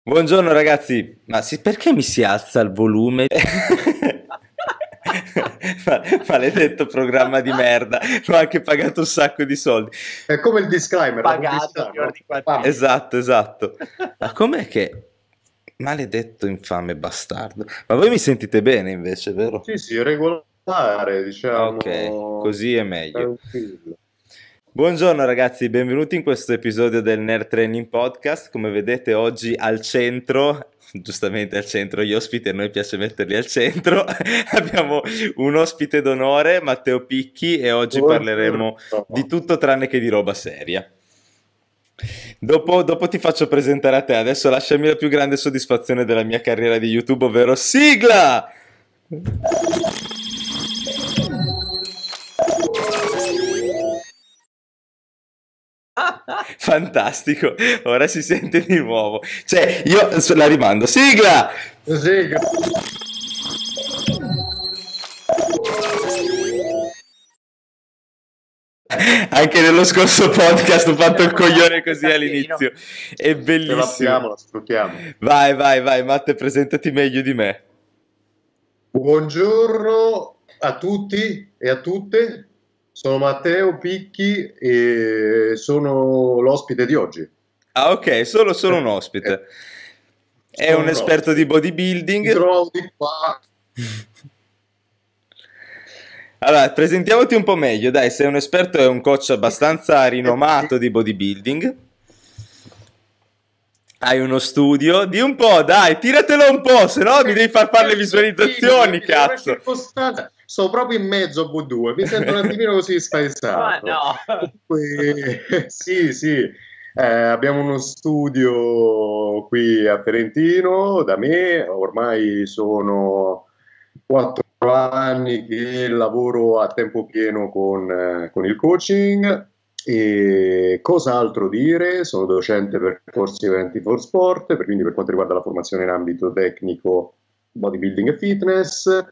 Buongiorno ragazzi, perché mi si alza il volume? Maledetto programma di merda, l'ho anche pagato un sacco di soldi. È come il disclaimer, la Pagato pubblicità, fior no? di quattrini. Esatto. Ma com'è che... Maledetto infame bastardo. Ma voi mi sentite bene invece, vero? Sì, sì, regolare, Ok, diciamo, così è meglio. tranquillo. Buongiorno ragazzi, benvenuti in questo episodio del Nerd Training Podcast. Come vedete oggi al centro, giustamente al centro, gli ospiti a noi piace metterli al centro, abbiamo un ospite d'onore, Matteo Picchi, e oggi parleremo di Buongiorno. tutto tranne che di roba seria. Dopo ti faccio presentare a te, adesso lasciami la più grande soddisfazione della mia carriera di YouTube, ovvero sigla! Fantastico, ora si sente di nuovo. Cioè, io la rimando. Sigla! Sì, Anche nello scorso podcast ho fatto il coglione così Cappellino. all'inizio. È ce l'abbiamo, bellissimo. la sfruttiamo. Vai, Matte, presentati meglio di me. Buongiorno a tutti e a tutte, sono Matteo Picchi e sono l'ospite di oggi. Ah, ok, solo un ospite. È Sono un un esperto ospite. di Mi bodybuilding. trovo di qua. Allora, presentiamoti un po' meglio, dai, sei un esperto e un coach abbastanza rinomato di bodybuilding. Hai uno studio, di un po', dai, tiratelo un po', se no mi devi far fare le visualizzazioni, cazzo. Sto proprio in mezzo a V2, mi sento un attimino così Ma spaesato. no. Comunque, sì, abbiamo uno studio qui a Ferentino da me, ormai sono 4 anni che lavoro a tempo pieno con il coaching. E cos'altro dire? Sono docente per corsi eventi for sport, quindi per quanto riguarda la formazione in ambito tecnico, bodybuilding e fitness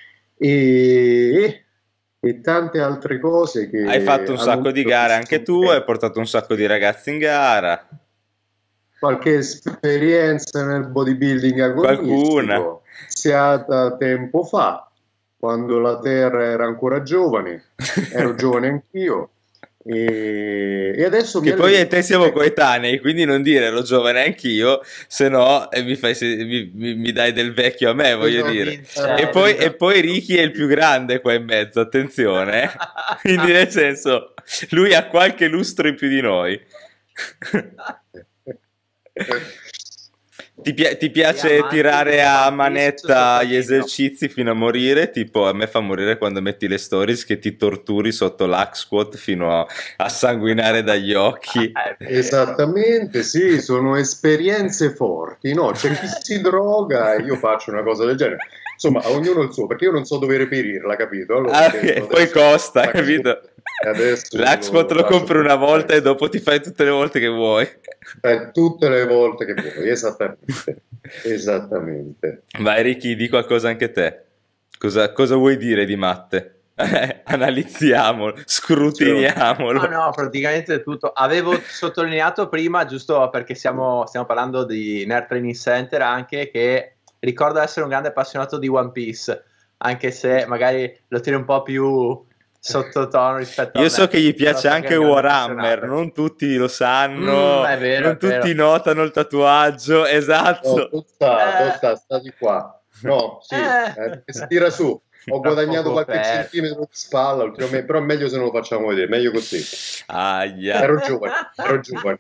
e, e tante altre cose che Hai fatto un hanno sacco di avuto gare questo anche tu, hai portato un sacco di ragazzi in gara. qualche esperienza nel bodybuilding Qualcuna. agonistico, iniziata tempo fa, quando la terra era ancora giovane, ero giovane anch'io e adesso mi Che poi io e alleno. te siamo Ecco, coetanei, quindi non dire ero giovane anch'io, se no mi dai del vecchio a me, voglio Sono dire. Vincenzo. E poi Ricky è il più grande qua in mezzo, attenzione. Quindi nel senso, lui ha qualche lustro in più di noi. Ti piace Amanti tirare dello a One Piece manetta gli sottolineo. esercizi fino a morire? Tipo, a me fa morire quando metti le stories che ti torturi sotto l'hack squat fino a sanguinare dagli occhi. Esattamente, sì, sono esperienze forti, no? C'è chi si droga e io faccio una cosa del genere. Insomma, a ognuno il suo, perché io non so dove reperirla, capito? Allora ho Ah, detto ok, poi adesso costa, l'hack capito? squat, e adesso L'Axpot lo lo faccio compri tutti una volta e insieme. dopo ti fai tutte le volte che vuoi. Tutte le volte che vuoi, esattamente, esattamente. Vai Ricky, di qualcosa anche te. Cosa vuoi dire di matte? Analizziamolo, No, scrutiniamolo. no, praticamente tutto. Avevo sottolineato prima, giusto perché stiamo parlando di Nerd Training Center, anche che ricordo essere un grande appassionato di One Piece, anche se magari lo tieni un po' più sottotono rispetto a Io me. so che gli Però piace so che è anche un grande Warhammer, appassionato. non tutti lo sanno, È vero, non è vero. tutti notano il tatuaggio, No, esatto. sta di qua. No, sì, si tira su. Ho Tra guadagnato poco qualche per... centimetro di spalla ultimamente, però è meglio se non lo facciamo vedere, meglio così. Aia. Ero giovane, ero giovane.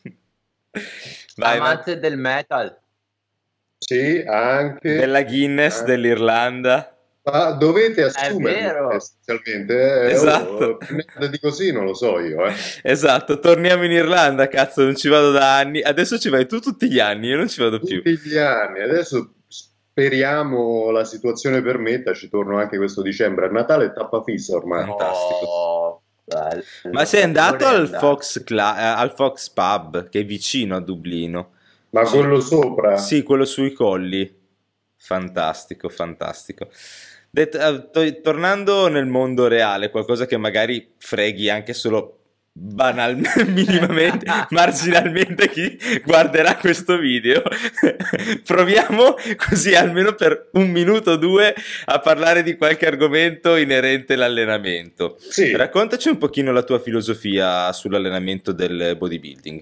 Vai, Amante del metal. Sì, anche. della Guinness anche. dell'Irlanda. Ma dovete È assumermi vero. essenzialmente. Esatto. Più nerd di così non lo so io, eh. Esatto, torniamo in Irlanda, cazzo, non ci vado da anni. Adesso ci vai tu tutti gli anni, io non ci vado più. Tutti gli anni. Adesso speriamo la situazione permetta, ci torno anche questo dicembre. A Natale è tappa fissa ormai. Fantastico. Oh, bello. Ma sei andato Vorrei al andare. al Fox Pub, che è vicino a Dublino? Ma quello sopra? Sì, quello sui colli. Fantastico, fantastico. Tornando nel mondo reale, qualcosa che magari freghi anche solo minimamente, marginalmente chi guarderà questo video. Proviamo così almeno per un minuto o due a parlare di qualche argomento inerente all'allenamento. Sì. Raccontaci un pochino la tua filosofia sull'allenamento del bodybuilding.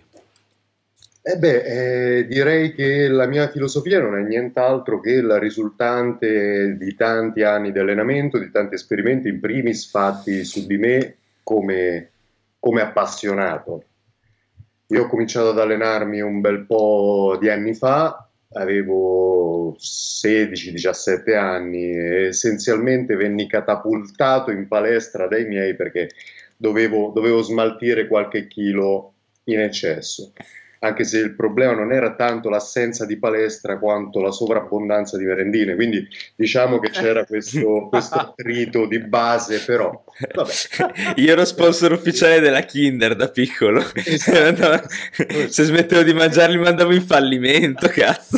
Direi che la mia filosofia non è nient'altro che la risultante di tanti anni di allenamento, di tanti esperimenti, in primis fatti su di me come appassionato. Io ho cominciato ad allenarmi un bel po' di anni fa, avevo 16-17 anni e essenzialmente venni catapultato in palestra dai miei perché dovevo smaltire qualche chilo in eccesso. Anche se il problema non era tanto l'assenza di palestra quanto la sovrabbondanza di merendine, quindi diciamo che c'era questo attrito di base, però vabbè. Io ero sponsor ufficiale della Kinder da piccolo. Esatto. Se smettevo di mangiarli mandavo in fallimento, cazzo.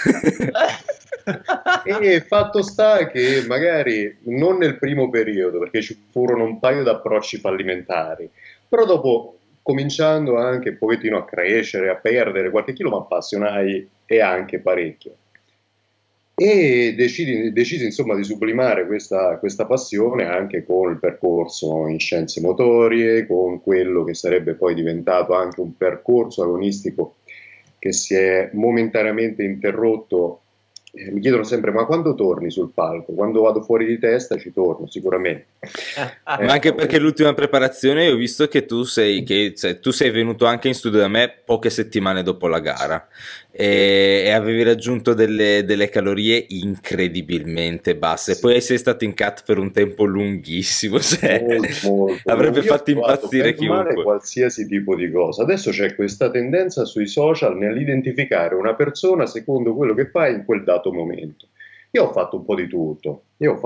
E fatto sta che magari non nel primo periodo, perché ci furono un paio di approcci fallimentari, però dopo, cominciando anche un pochettino a crescere, a perdere qualche chilo, mi appassionai e anche parecchio. E decisi insomma di sublimare questa passione anche con il percorso in scienze motorie, con quello che sarebbe poi diventato anche un percorso agonistico che si è momentaneamente interrotto. Mi chiedono sempre, ma quando torni sul palco? Quando vado fuori di testa ci torno, sicuramente. Ma anche perché l'ultima preparazione ho visto che tu sei venuto anche in studio da me poche settimane dopo la gara e avevi raggiunto delle calorie incredibilmente basse. Poi sei stato in cut per un tempo lunghissimo, cioè, molto. Avrebbe fatto impazzire chiunque. Qualsiasi tipo di cosa. Adesso c'è questa tendenza sui social nell'identificare una persona secondo quello che fa in quel dato momento. Io ho fatto un po' di tutto.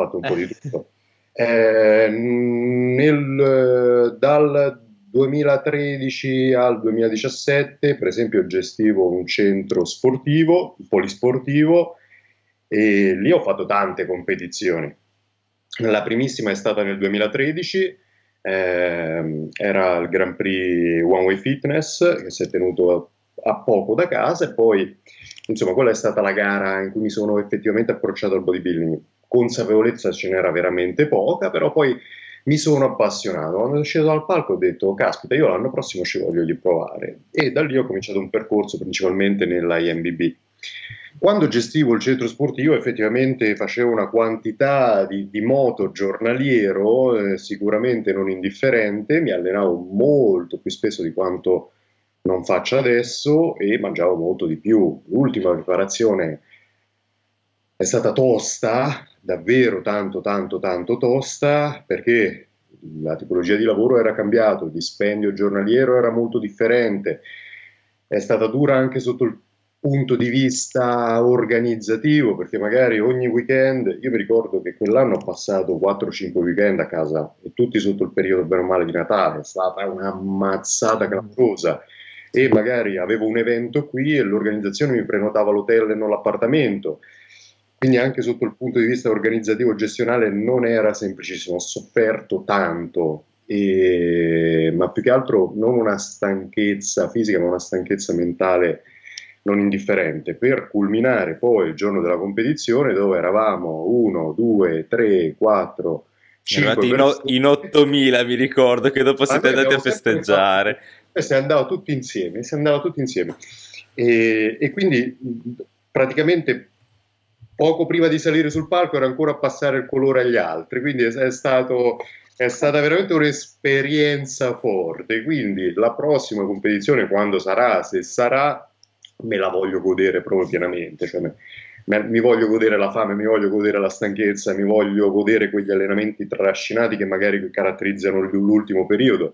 Dal 2013 al 2017, per esempio, gestivo un centro sportivo, polisportivo, e lì ho fatto tante competizioni. La primissima è stata nel 2013, era il Grand Prix One Way Fitness, che si è tenuto a poco da casa, e poi, insomma, quella è stata la gara in cui mi sono effettivamente approcciato al bodybuilding. Consapevolezza ce n'era veramente poca, però poi mi sono appassionato. Quando sono sceso dal palco ho detto, caspita, io l'anno prossimo ci voglio di provare, e da lì ho cominciato un percorso principalmente nella IMBB. Quando gestivo il centro sportivo effettivamente facevo una quantità di moto giornaliero, sicuramente non indifferente, mi allenavo molto più spesso di quanto non faccio adesso e mangiavo molto di più. L'ultima preparazione è stata tosta, davvero tanto tosta, perché la tipologia di lavoro era cambiato, il dispendio giornaliero era molto differente, è stata dura anche sotto il punto di vista organizzativo, perché magari ogni weekend, io mi ricordo che quell'anno ho passato 4-5 weekend a casa, e tutti sotto il periodo bene o male di Natale, è stata una mazzata clamorosa, e magari avevo un evento qui e l'organizzazione mi prenotava l'hotel e non l'appartamento, quindi anche sotto il punto di vista organizzativo e gestionale non era semplicissimo, ho sofferto tanto, ma più che altro non una stanchezza fisica, ma una stanchezza mentale non indifferente, per culminare poi il giorno della competizione, dove eravamo 1, 2, 3, 4, 5 in 8.000, mi ricordo, che dopo siete andati a festeggiare. Si andava tutti insieme, e quindi praticamente poco prima di salire sul palco era ancora a passare il colore agli altri, quindi è stata veramente un'esperienza forte. Quindi la prossima competizione, quando sarà, se sarà, me la voglio godere proprio pienamente, cioè, mi voglio godere la fame, mi voglio godere la stanchezza, mi voglio godere quegli allenamenti trascinati che magari caratterizzano l'ultimo periodo,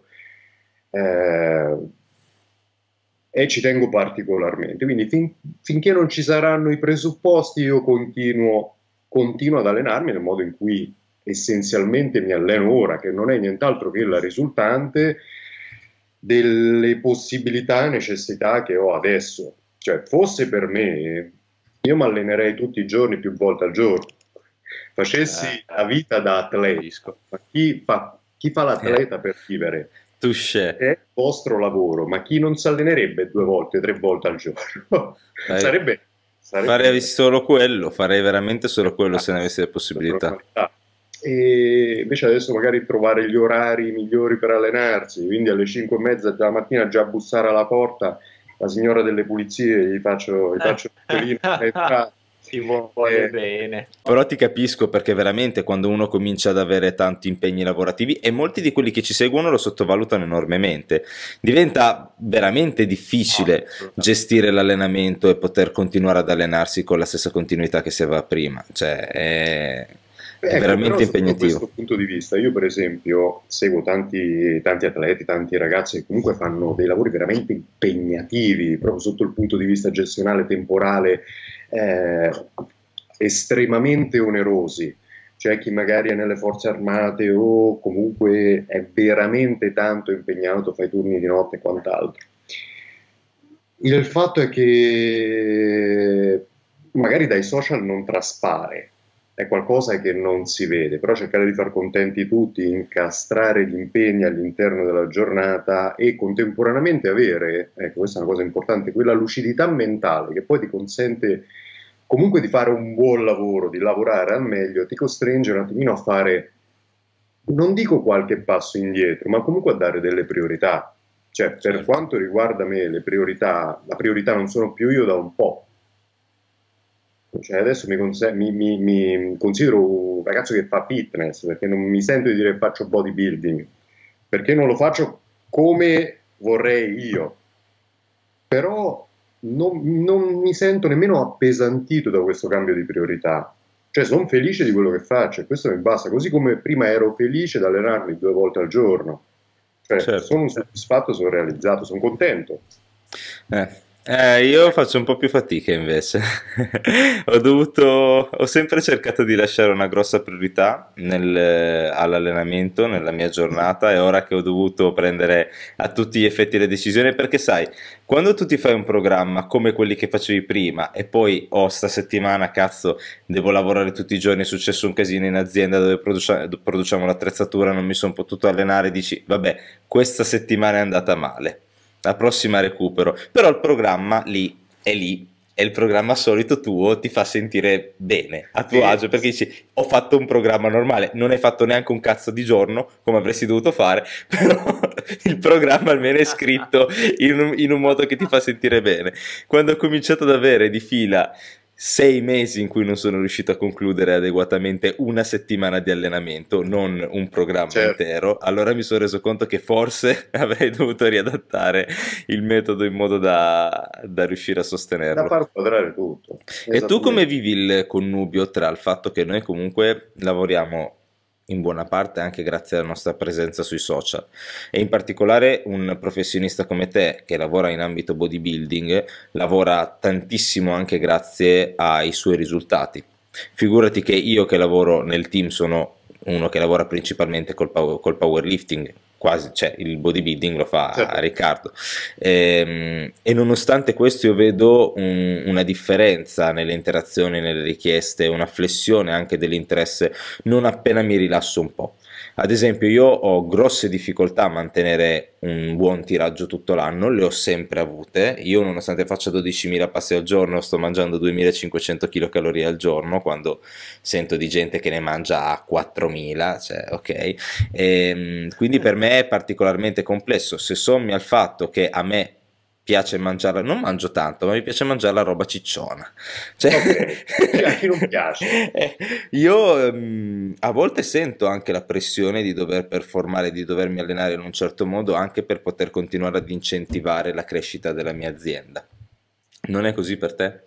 e ci tengo particolarmente. Quindi finché non ci saranno i presupposti io continuo ad allenarmi nel modo in cui essenzialmente mi alleno ora, che non è nient'altro che la risultante delle possibilità e necessità che ho adesso. Cioè, fosse per me, io mi allenerei tutti i giorni, più volte al giorno, facessi la vita da atleta. Ma chi fa l'atleta per vivere? Touché. è il vostro lavoro, ma chi non si allenerebbe 2 volte, 3 volte al giorno? sarebbe, Farei sarebbe solo quello, farei veramente solo quello se ne avessi le possibilità. normalità. E invece adesso magari trovare gli orari migliori per allenarsi, quindi alle 5:30 della mattina già bussare alla porta la signora delle pulizie, gli faccio il pelino, Ti vuole bene. Però ti capisco, perché veramente quando uno comincia ad avere tanti impegni lavorativi, e molti di quelli che ci seguono lo sottovalutano enormemente, diventa veramente difficile gestire l'allenamento e poter continuare ad allenarsi con la stessa continuità che si aveva prima. Cioè, è Ecco, veramente però sotto impegnativo. questo punto di vista, io per esempio seguo tanti atleti, tanti ragazzi che comunque fanno dei lavori veramente impegnativi, proprio sotto il punto di vista gestionale, temporale, eh, estremamente onerosi. C'è chi magari è nelle forze armate o comunque è veramente tanto impegnato, fa i turni di notte e quant'altro. Il fatto è che magari dai social non traspare, è qualcosa che non si vede, però cercare di far contenti tutti, incastrare gli impegni all'interno della giornata e contemporaneamente avere, ecco, questa è una cosa importante, quella lucidità mentale che poi ti consente comunque di fare un buon lavoro, di lavorare al meglio, ti costringe un attimino a fare, non dico qualche passo indietro, ma comunque a dare delle priorità. Cioè, per Certo. quanto riguarda me, la priorità non sono più io da un po'. Cioè, adesso mi considero un ragazzo che fa fitness, perché non mi sento di dire che faccio bodybuilding, perché non lo faccio come vorrei io. Però non mi sento nemmeno appesantito da questo cambio di priorità. Cioè, sono felice di quello che faccio e questo mi basta. Così come prima ero felice di allenarmi 2 volte al giorno. Cioè, Certo. sono soddisfatto, sono realizzato, sono contento. Io faccio un po' più fatica invece. Ho sempre cercato di lasciare una grossa priorità all'allenamento nella mia giornata, e ora che ho dovuto prendere a tutti gli effetti le decisioni, perché sai, quando tu ti fai un programma come quelli che facevi prima e poi sta settimana, cazzo, devo lavorare tutti i giorni, è successo un casino in azienda dove produciamo l'attrezzatura, non mi sono potuto allenare, dici, vabbè, questa settimana è andata male, la prossima recupero, però il programma lì e il programma solito tuo ti fa sentire bene, a tuo agio, perché dici ho fatto un programma normale, non hai fatto neanche un cazzo di giorno come avresti dovuto fare, però il programma almeno è scritto in un modo che ti fa sentire bene. Quando ho cominciato ad avere di fila 6 mesi in cui non sono riuscito a concludere adeguatamente una settimana di allenamento, non un programma Certo. intero, allora mi sono reso conto che forse avrei dovuto riadattare il metodo in modo da riuscire a Da sostenerlo. far quadrare tutto. E tu come Esattamente. vivi il connubio tra il fatto che noi comunque lavoriamo in buona parte anche grazie alla nostra presenza sui social, e in particolare un professionista come te che lavora in ambito bodybuilding lavora tantissimo anche grazie ai suoi risultati. Figurati che io che lavoro nel team sono uno che lavora principalmente col powerlifting, quasi, cioè il bodybuilding lo fa Certo. Riccardo. E nonostante questo io vedo una differenza nelle interazioni, nelle richieste, una flessione anche dell'interesse non appena mi rilasso un po'. Ad esempio, io ho grosse difficoltà a mantenere un buon tiraggio tutto l'anno, le ho sempre avute. Io, nonostante faccia 12.000 passi al giorno, sto mangiando 2.500 kcal al giorno, quando sento di gente che ne mangia a 4.000, cioè, ok. Quindi per me è particolarmente complesso. Se sommi al fatto che a me piace mangiare, non mangio tanto, ma mi piace mangiare la roba cicciona. Cioè, Ok. A chi non piace? io a volte sento anche la pressione di dover performare, di dovermi allenare in un certo modo anche per poter continuare ad incentivare la crescita della mia azienda. Non è così per te?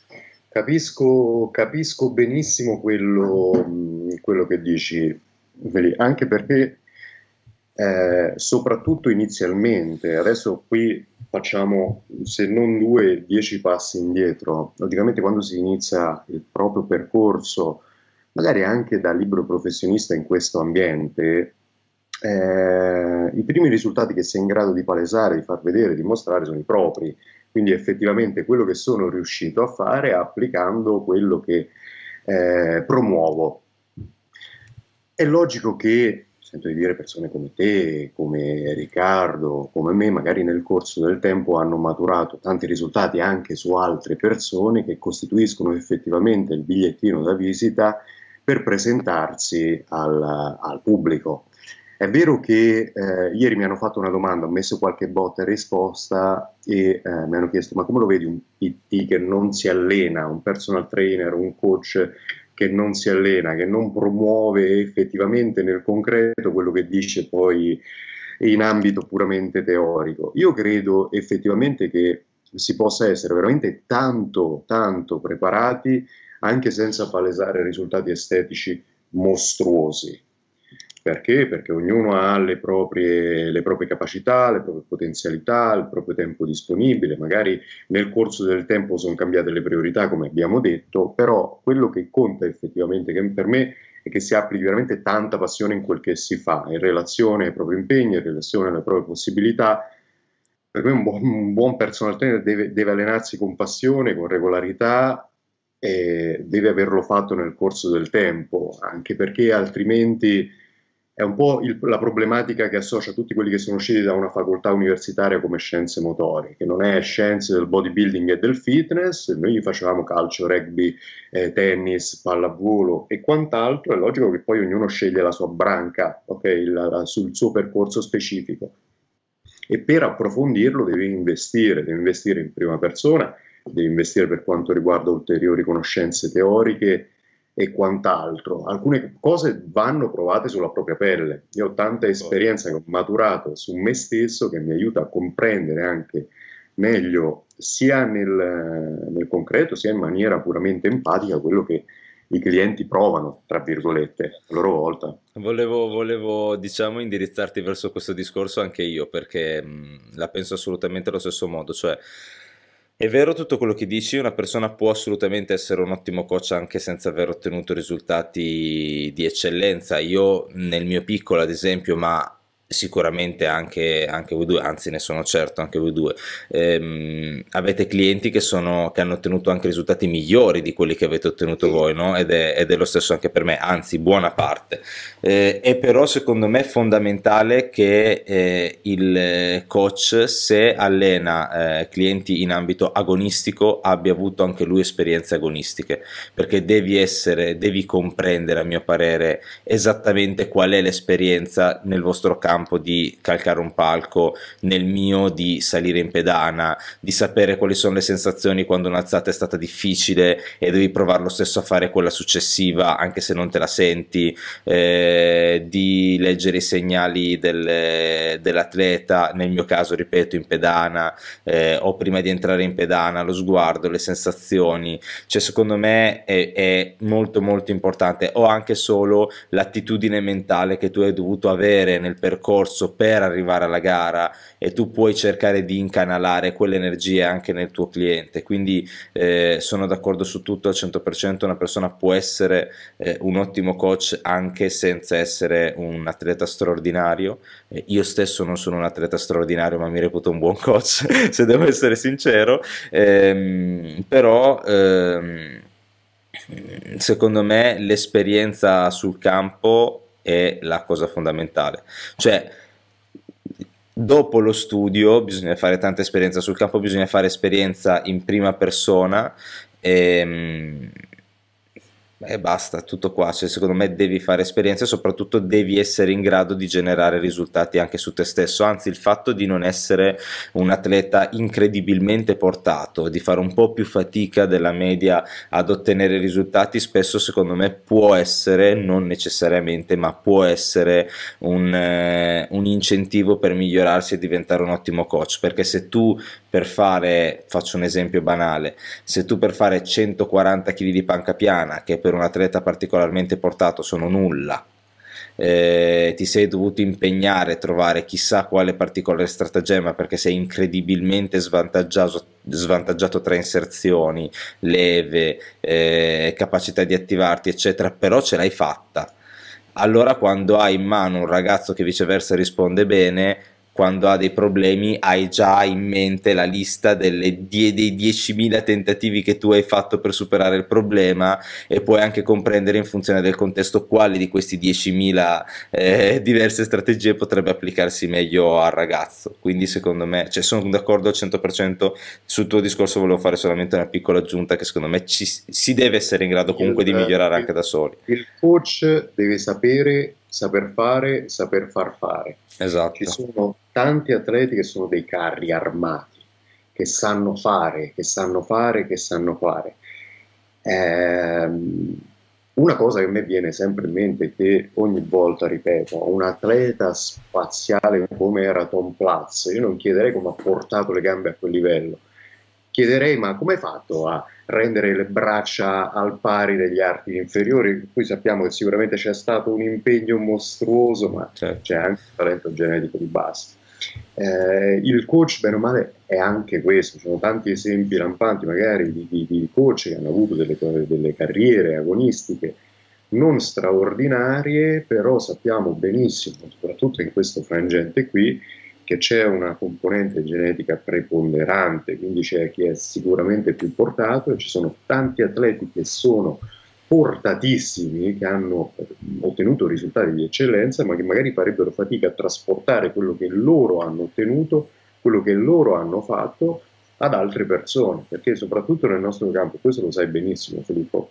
Capisco benissimo quello che dici, Feli, anche perché soprattutto inizialmente, adesso qui facciamo se non 2, 10 passi indietro. Logicamente quando si inizia il proprio percorso, magari anche da libero professionista in questo ambiente, i primi risultati che sei in grado di palesare, di far vedere, di mostrare sono i propri. Quindi effettivamente quello che sono riuscito a fare applicando quello che promuovo. È logico che sento di dire persone come te, come Riccardo, come me, magari nel corso del tempo hanno maturato tanti risultati anche su altre persone che costituiscono effettivamente il bigliettino da visita per presentarsi al pubblico. È vero che ieri mi hanno fatto una domanda, ho messo qualche botta e risposta e mi hanno chiesto: ma come lo vedi un PT che non si allena, un personal trainer, un coach che non si allena, che non promuove effettivamente nel concreto quello che dice poi in ambito puramente teorico? Io credo effettivamente che si possa essere veramente tanto, tanto preparati anche senza palesare risultati estetici mostruosi. Perché? Perché ognuno ha le proprie capacità, le proprie potenzialità, il proprio tempo disponibile. Magari nel corso del tempo sono cambiate le priorità, come abbiamo detto, però quello che conta effettivamente, che per me, è che si applichi veramente tanta passione in quel che si fa, in relazione ai propri impegni, in relazione alle proprie possibilità. Per me un buon personal trainer deve allenarsi con passione, con regolarità, e deve averlo fatto nel corso del tempo, anche perché altrimenti è un po' la problematica che associa tutti quelli che sono usciti da una facoltà universitaria come scienze motorie, che non è scienze del bodybuilding e del fitness. Noi facevamo calcio, rugby, tennis, pallavolo e quant'altro. È logico che poi ognuno sceglie la sua branca, okay, sul suo percorso specifico. E per approfondirlo devi investire in prima persona, devi investire per quanto riguarda ulteriori conoscenze teoriche e quant'altro. Alcune cose vanno provate sulla propria pelle. Io ho tanta esperienza che ho maturato su me stesso che mi aiuta a comprendere anche meglio, sia nel concreto, sia in maniera puramente empatica, quello che i clienti provano, tra virgolette, a loro volta. Volevo, diciamo, indirizzarti verso questo discorso anche io, perché la penso assolutamente allo stesso modo, cioè è vero tutto quello che dici, una persona può assolutamente essere un ottimo coach anche senza aver ottenuto risultati di eccellenza. Io nel mio piccolo, ad esempio, ma sicuramente anche voi due, anzi ne sono certo anche voi due, avete clienti che hanno ottenuto anche risultati migliori di quelli che avete ottenuto voi, no? Ed è lo stesso anche per me, anzi buona parte. È però secondo me fondamentale che il coach, se allena clienti in ambito agonistico, abbia avuto anche lui esperienze agonistiche, perché devi comprendere, a mio parere, esattamente qual è l'esperienza nel vostro campo di calcare un palco, nel mio di salire in pedana, di sapere quali sono le sensazioni quando un'alzata è stata difficile e devi provare lo stesso a fare quella successiva anche se non te la senti, di leggere i segnali dell'atleta, nel mio caso ripeto in pedana, o prima di entrare in pedana, lo sguardo, le sensazioni. Cioè secondo me è molto molto importante, o anche solo l'attitudine mentale che tu hai dovuto avere nel percorso per arrivare alla gara, e tu puoi cercare di incanalare quelle energie anche nel tuo cliente. Quindi sono d'accordo su tutto al 100%. Una persona può essere un ottimo coach anche senza essere un atleta straordinario. Io stesso non sono un atleta straordinario, ma mi reputo un buon coach se devo essere sincero. Però secondo me l'esperienza sul campo è la cosa fondamentale. Cioè, dopo lo studio bisogna fare tanta esperienza sul campo, bisogna fare esperienza in prima persona, e, e basta, tutto qua. Cioè, secondo me devi fare esperienza e soprattutto devi essere in grado di generare risultati anche su te stesso. Anzi, il fatto di non essere un atleta incredibilmente portato, di fare un po' più fatica della media ad ottenere risultati, spesso secondo me può essere, non necessariamente, ma può essere un incentivo per migliorarsi e diventare un ottimo coach. Perché se tu faccio un esempio banale, se tu per fare 140 kg di panca piana, che per un atleta particolarmente portato sono nulla, ti sei dovuto impegnare a trovare chissà quale particolare stratagemma perché sei incredibilmente svantaggiato tra inserzioni, leve, capacità di attivarti, eccetera, però ce l'hai fatta. Allora, quando hai in mano un ragazzo che viceversa risponde bene, quando ha dei problemi hai già in mente la lista dei 10.000 tentativi che tu hai fatto per superare il problema, e puoi anche comprendere in funzione del contesto quali di questi 10.000 diverse strategie potrebbe applicarsi meglio al ragazzo. Quindi secondo me, cioè, sono d'accordo al 100% sul tuo discorso. Volevo fare solamente una piccola aggiunta, che secondo me si deve essere in grado comunque di migliorare anche da soli. Il coach deve saper fare, saper far fare. Esatto. Ci sono tanti atleti che sono dei carri armati, che sanno fare, che sanno fare, che sanno fare. Una cosa che a me viene sempre in mente è che ogni volta, ripeto, un atleta spaziale come era Tom Platz, io non chiederei come ha portato le gambe a quel livello, chiederei ma come hai fatto a rendere le braccia al pari degli arti inferiori? Poi sappiamo che sicuramente c'è stato un impegno mostruoso, ma certo, c'è anche un talento genetico di base. Il coach, bene o male, è anche questo. Ci sono tanti esempi lampanti magari di coach che hanno avuto delle carriere agonistiche non straordinarie, però sappiamo benissimo, soprattutto in questo frangente qui, che c'è una componente genetica preponderante, quindi c'è chi è sicuramente più portato, e ci sono tanti atleti che sono portatissimi, che hanno ottenuto risultati di eccellenza, ma che magari farebbero fatica a trasportare quello che loro hanno ottenuto, quello che loro hanno fatto ad altre persone, perché soprattutto nel nostro campo, questo lo sai benissimo Filippo,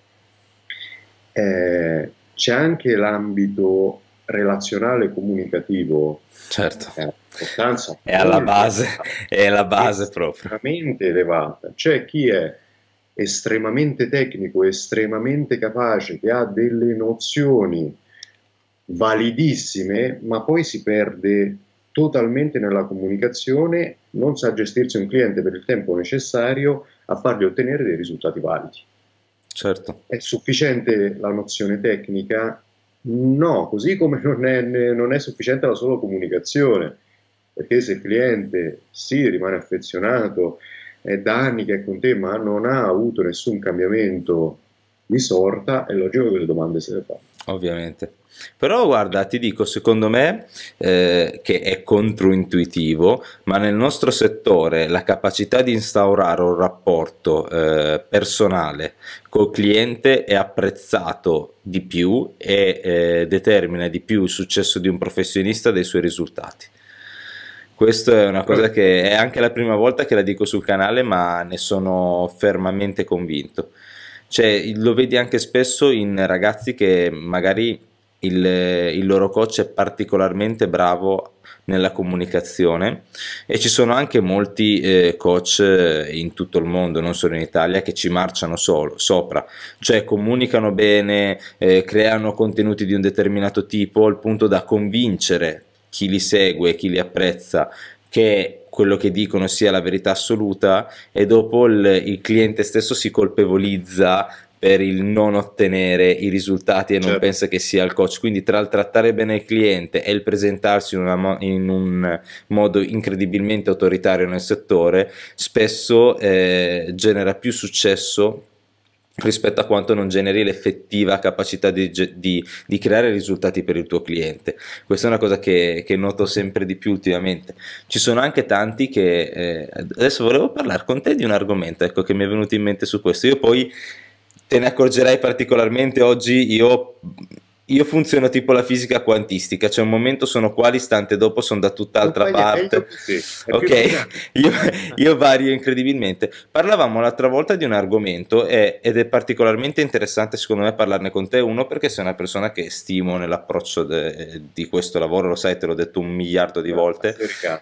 c'è anche l'ambito relazionale e comunicativo. certo, È alla base, è la base proprio. Estremamente elevata. C'è chi è estremamente tecnico, estremamente capace, che ha delle nozioni validissime, ma poi si perde totalmente nella comunicazione, non sa gestirsi un cliente per il tempo necessario a fargli ottenere dei risultati validi. Certo. È sufficiente la nozione tecnica? No, così come non è sufficiente la sola comunicazione, perché se il cliente sì, rimane affezionato, è da anni che è con te, ma non ha avuto nessun cambiamento di sorta, è logico che le domande se le fa. Ovviamente. Però guarda, ti dico, secondo me che è controintuitivo, ma nel nostro settore la capacità di instaurare un rapporto personale col cliente è apprezzato di più e determina di più il successo di un professionista dei suoi risultati. Questa è una cosa che è anche la prima volta che la dico sul canale, ma ne sono fermamente convinto. Cioè, lo vedi anche spesso in ragazzi che magari il loro coach è particolarmente bravo nella comunicazione, e ci sono anche molti coach in tutto il mondo, non solo in Italia, che ci marciano sopra, cioè comunicano bene, creano contenuti di un determinato tipo al punto da convincere chi li segue, chi li apprezza, che quello che dicono sia la verità assoluta, e dopo il cliente stesso si colpevolizza per il non ottenere i risultati e non pensa che sia il coach. Quindi tra il trattare bene il cliente e il presentarsi in un modo incredibilmente autoritario nel settore, spesso genera più successo rispetto a quanto non generi l'effettiva capacità di creare risultati per il tuo cliente. Questa è una cosa che noto sempre di più ultimamente. Ci sono anche tanti che adesso volevo parlare con te di un argomento, ecco, che mi è venuto in mente su questo. Io poi te ne accorgerai particolarmente oggi, io funziono tipo la fisica quantistica, cioè un momento sono qua, l'istante dopo sono da tutt'altra parte. Ok, io vario incredibilmente. Parlavamo l'altra volta di un argomento ed è particolarmente interessante secondo me parlarne con te, uno perché sei una persona che stimo nell'approccio di questo lavoro, lo sai, te l'ho detto 1 miliardo di volte,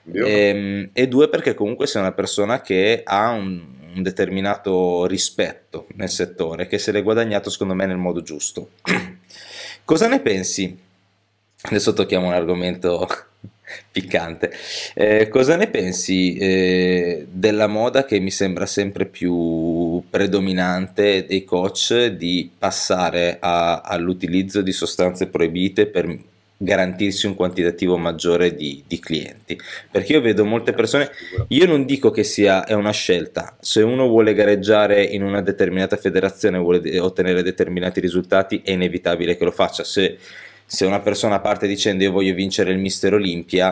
e due perché comunque sei una persona che ha un determinato rispetto nel settore, che se l'è guadagnato secondo me nel modo giusto. Cosa ne pensi? Adesso tocchiamo un argomento piccante. Cosa ne pensi della moda che mi sembra sempre più predominante dei coach di passare all'utilizzo di sostanze proibite per garantirsi un quantitativo maggiore di clienti? Perché io vedo molte persone, io non dico che è una scelta, se uno vuole gareggiare in una determinata federazione, vuole ottenere determinati risultati, è inevitabile che lo faccia. Se una persona parte dicendo io voglio vincere il Mister Olimpia,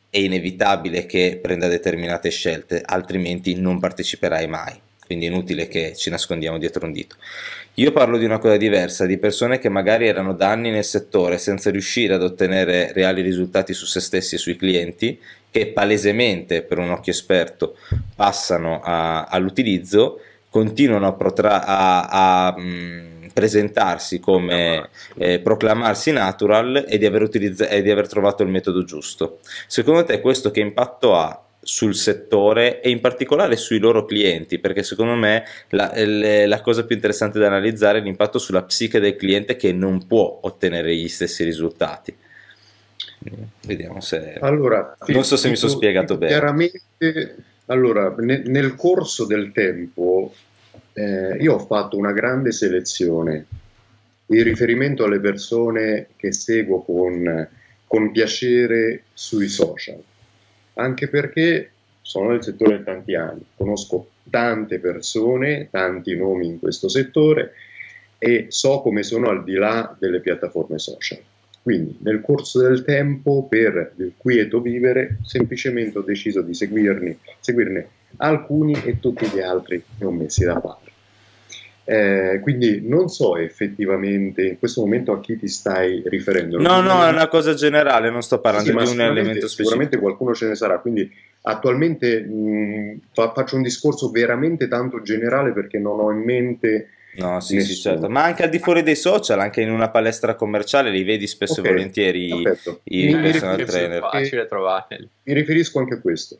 è inevitabile che prenda determinate scelte, altrimenti non parteciperai mai. Quindi è inutile che ci nascondiamo dietro un dito. Io parlo di una cosa diversa, di persone che magari erano da anni nel settore senza riuscire ad ottenere reali risultati su se stessi e sui clienti, che palesemente per un occhio esperto passano all'utilizzo, continuano a presentarsi come proclamarsi natural e di aver trovato il metodo giusto. Secondo te questo che impatto ha sul settore e in particolare sui loro clienti? Perché secondo me la cosa più interessante da analizzare è l'impatto sulla psiche del cliente, che non può ottenere gli stessi risultati. Vediamo se... Allora, non so se mi sono spiegato bene. Chiaramente, allora, nel corso del tempo io ho fatto una grande selezione in riferimento alle persone che seguo con piacere sui social, anche perché sono nel settore da tanti anni, conosco tante persone, tanti nomi in questo settore e so come sono al di là delle piattaforme social. Quindi nel corso del tempo, per il quieto vivere, semplicemente ho deciso di seguirne alcuni e tutti gli altri li ho messi da parte. Quindi non so effettivamente in questo momento a chi ti stai riferendo. No, è una cosa generale, non sto parlando di un elemento specifico. Sicuramente qualcuno ce ne sarà, quindi attualmente faccio un discorso veramente tanto generale perché non ho in mente... No, sì, certo, ma anche al di fuori dei social, anche in una palestra commerciale li vedi spesso e volentieri i personal trainer. È facile trovarli. Mi riferisco anche a questo.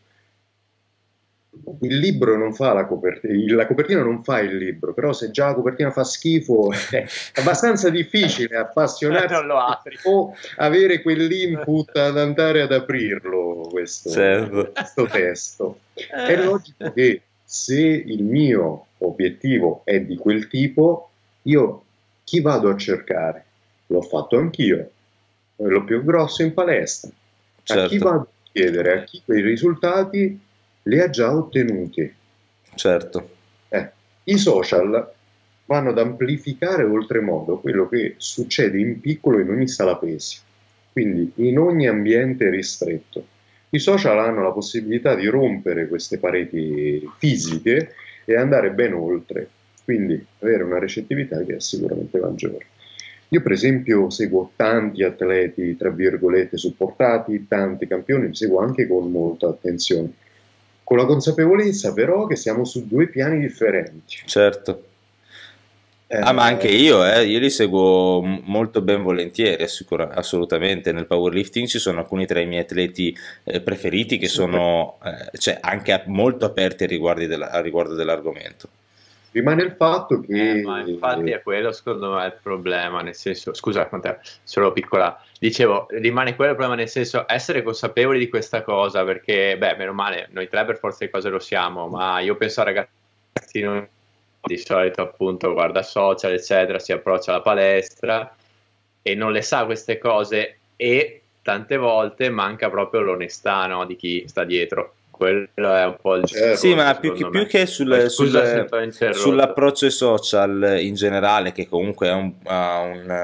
Il libro non fa la copertina non fa il libro, però se già la copertina fa schifo è abbastanza difficile appassionarsi o avere quell'input ad andare ad aprirlo questo testo. È logico che se il mio obiettivo è di quel tipo, io chi vado a cercare? L'ho fatto anch'io, quello più grosso in palestra. A chi vado a chiedere? A chi quei risultati li ha già ottenuti. Certo. I social vanno ad amplificare oltremodo quello che succede in piccolo in ogni sala pesi, quindi in ogni ambiente ristretto. I social hanno la possibilità di rompere queste pareti fisiche e andare ben oltre, quindi avere una recettività che è sicuramente maggiore. Io per esempio seguo tanti atleti, tra virgolette, supportati, tanti campioni, li seguo anche con molta attenzione, con la consapevolezza però che siamo su due piani differenti. Certo. Ma anche io li seguo molto ben volentieri, assolutamente. Nel powerlifting ci sono alcuni tra i miei atleti preferiti che sono anche molto aperti a riguardo dell'argomento. Rimane il fatto che... ma infatti è quello secondo me il problema, nel senso, scusa, solo piccola, dicevo, rimane quello il problema, nel senso, essere consapevoli di questa cosa, perché, meno male, noi tre per forza di cose lo siamo, ma io penso a ragazzini di solito appunto guarda social eccetera, si approccia alla palestra e non le sa queste cose e tante volte manca proprio l'onestà, no, di chi sta dietro. Quello è un po' il discorso, sì, ma più che sull'approccio ai social in generale, che comunque ha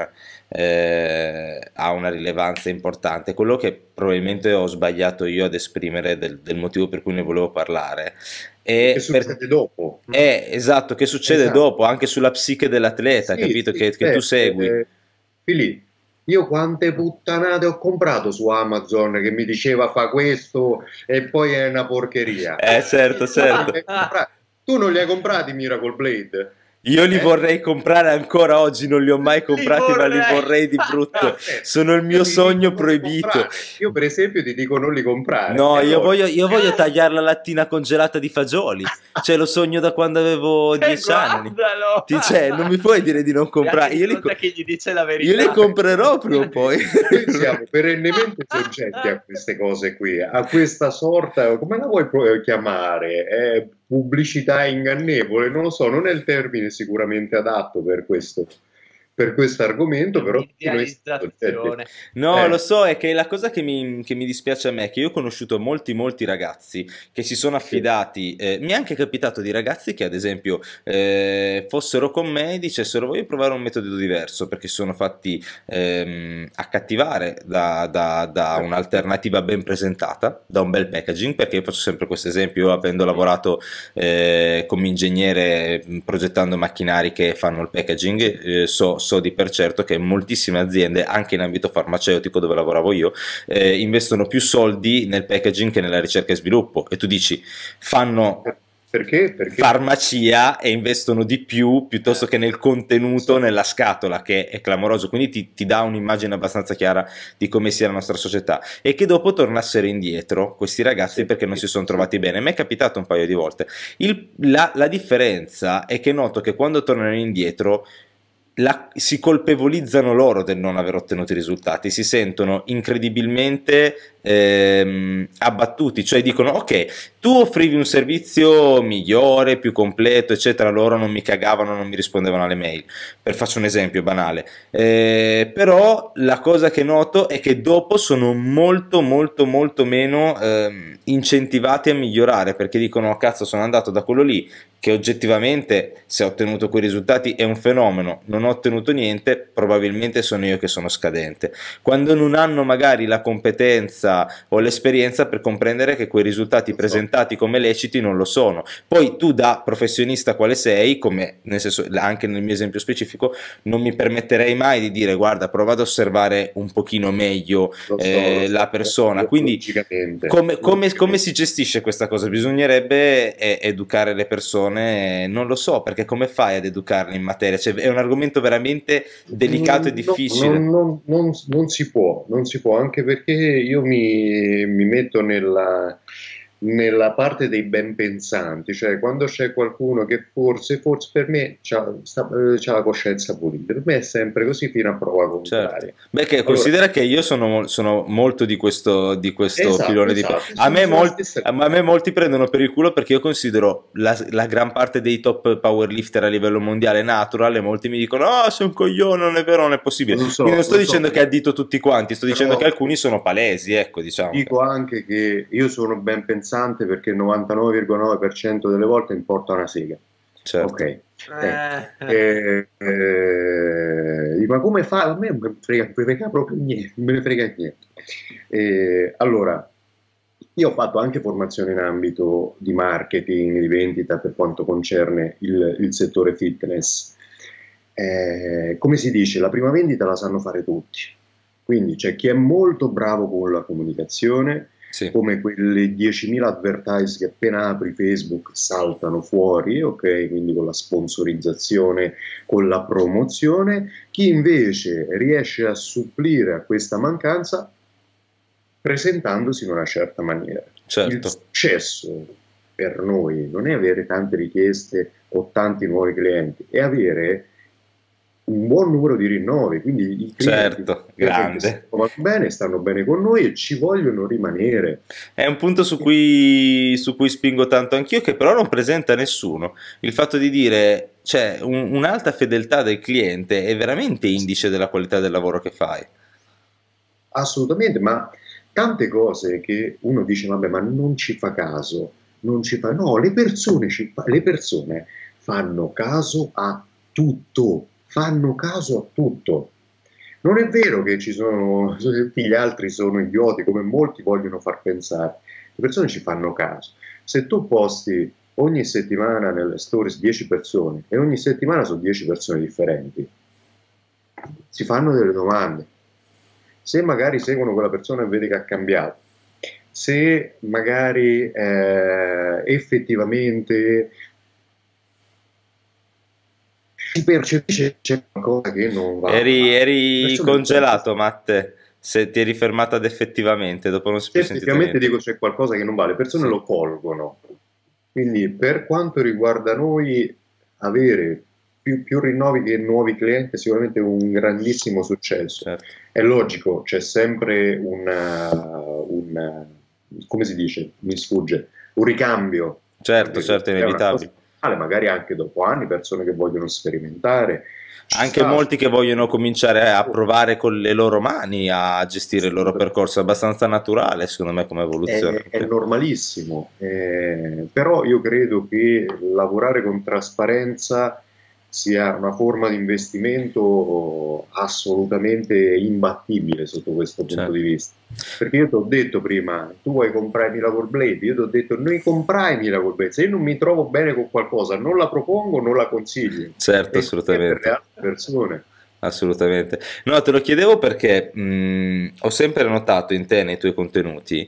una rilevanza importante, quello che probabilmente ho sbagliato io ad esprimere del motivo per cui ne volevo parlare che succede dopo. Esatto, che succede dopo, anche sulla psiche dell'atleta, capito? Che tu segui. Filippo, io quante puttanate ho comprato su Amazon che mi diceva fa questo e poi è una porcheria. Certo. Tu non li hai comprati Miracle Blade? Io li vorrei comprare ancora oggi, non li ho mai comprati, ma li vorrei di brutto. Sono il mio sogno proibito. Io per esempio ti dico non li comprare. No, io voglio tagliare la lattina congelata di fagioli. Cioè, lo sogno da quando avevo 10 anni. Non mi puoi dire di non comprare. Io li comprerò prima o poi. Noi siamo perennemente soggetti a queste cose qui, a questa sorta, come la vuoi chiamare? Pubblicità ingannevole, non lo so, non è il termine sicuramente adatto per questo per questo argomento, però noi siamo Idealizzazione. No, lo so, è che la cosa che mi dispiace a me è che io ho conosciuto molti ragazzi che si sono affidati, mi è anche capitato di ragazzi che ad esempio fossero con me e dicessero voglio provare un metodo diverso perché si sono fatti accattivare da un'alternativa ben presentata, da un bel packaging, perché io faccio sempre questo esempio, io avendo lavorato come ingegnere progettando macchinari che fanno il packaging, so di per certo che moltissime aziende, anche in ambito farmaceutico dove lavoravo io, investono più soldi nel packaging che nella ricerca e sviluppo. E tu dici, fanno Perché? farmacia e investono di più piuttosto che nel contenuto, nella scatola, che è clamoroso. Quindi ti dà un'immagine abbastanza chiara di come sia la nostra società. E che dopo tornassero indietro questi ragazzi perché non si sono trovati bene. Mi è capitato un paio di volte. La differenza è che noto che quando tornano indietro si colpevolizzano loro del non aver ottenuto i risultati, si sentono incredibilmente abbattuti, cioè dicono ok, tu offrivi un servizio migliore, più completo, eccetera, loro non mi cagavano, non mi rispondevano alle mail, faccio un esempio banale, però la cosa che noto è che dopo sono molto meno incentivati a migliorare, perché dicono oh, cazzo, sono andato da quello lì che oggettivamente se ha ottenuto quei risultati è un fenomeno, non ho ottenuto niente, probabilmente sono io che sono scadente. Quando non hanno magari la competenza o l'esperienza per comprendere che quei risultati presentati come leciti non lo sono. Poi tu da professionista quale sei, come nel senso, anche nel mio esempio specifico, non mi permetterei mai di dire guarda, prova ad osservare un pochino meglio la persona. Quindi come si gestisce questa cosa? Bisognerebbe educare le persone, non lo so, perché come fai ad educarle in materia? Cioè, è un argomento veramente delicato e difficile. Non si può, anche perché io mi metto nella parte dei ben pensanti, cioè quando c'è qualcuno che forse per me c'ha la coscienza pulita, per me è sempre così fino a prova contraria. Certo. Beh, che considera che io sono molto di questo filone di a me molti prendono per il culo perché io considero la gran parte dei top powerlifter a livello mondiale natural e molti mi dicono oh sei un coglione, non è vero, non è possibile. Quindi non sto dicendo che addito tutti quanti, sto dicendo che alcuni sono palesi, ecco, diciamo. Dico anche che io sono ben pensante perché il 99,9% delle volte importa una sega. Certo. Ok. Ma come fa? A me non me frega proprio niente, non me ne frega niente. Allora, io ho fatto anche formazione in ambito di marketing, di vendita per quanto concerne il settore fitness. Come si dice, la prima vendita la sanno fare tutti. Quindi c'è chi è molto bravo con la comunicazione, sì, come quelle 10.000 advertise che appena apri Facebook saltano fuori, ok? Quindi con la sponsorizzazione, con la promozione. Chi invece riesce a supplire a questa mancanza presentandosi in una certa maniera. Certo. Il successo per noi non è avere tante richieste o tanti nuovi clienti, è avere un buon numero di rinnovi, quindi i clienti certo, grande, stanno bene con noi e ci vogliono rimanere. È un punto su cui spingo tanto anch'io, che però non presenta nessuno. Il fatto di dire, cioè, un'alta fedeltà del cliente è veramente indice della qualità del lavoro che fai. Assolutamente, ma tante cose che uno dice, vabbè, ma non ci fa caso, non ci fa... No, le persone fanno caso a tutto. Fanno caso a tutto. Non è vero che ci sono gli altri sono idioti, come molti vogliono far pensare. Le persone ci fanno caso. Se tu posti ogni settimana nelle stories 10 persone e ogni settimana sono 10 persone differenti, si fanno delle domande. Se magari seguono quella persona e vede che ha cambiato, se magari effettivamente si percepisce c'è qualcosa che non va. Eri congelato, Matte, se ti eri fermato ad effettivamente, dopo non si può sentire effettivamente dico c'è qualcosa che non va, le persone lo colgono. Quindi per quanto riguarda noi, avere più rinnovi che nuovi clienti è sicuramente un grandissimo successo. Certo. È logico, c'è sempre come si dice? Mi sfugge, un ricambio. Certo, inevitabile. magari anche dopo anni, persone che vogliono sperimentare. Anche molti che vogliono cominciare a provare con le loro mani a gestire il loro percorso, è abbastanza naturale secondo me come evoluzione. È normalissimo, però io credo che lavorare con trasparenza sia una forma di investimento assolutamente imbattibile sotto questo punto di vista. Perché io ti ho detto prima, tu vuoi comprare Miracle Blade, io ti ho detto noi comprai Miracle Blade, se io non mi trovo bene con qualcosa non la propongo, non la consiglio. Certo, assolutamente. Per le altre persone. Assolutamente. No, te lo chiedevo perché ho sempre notato in te, nei tuoi contenuti,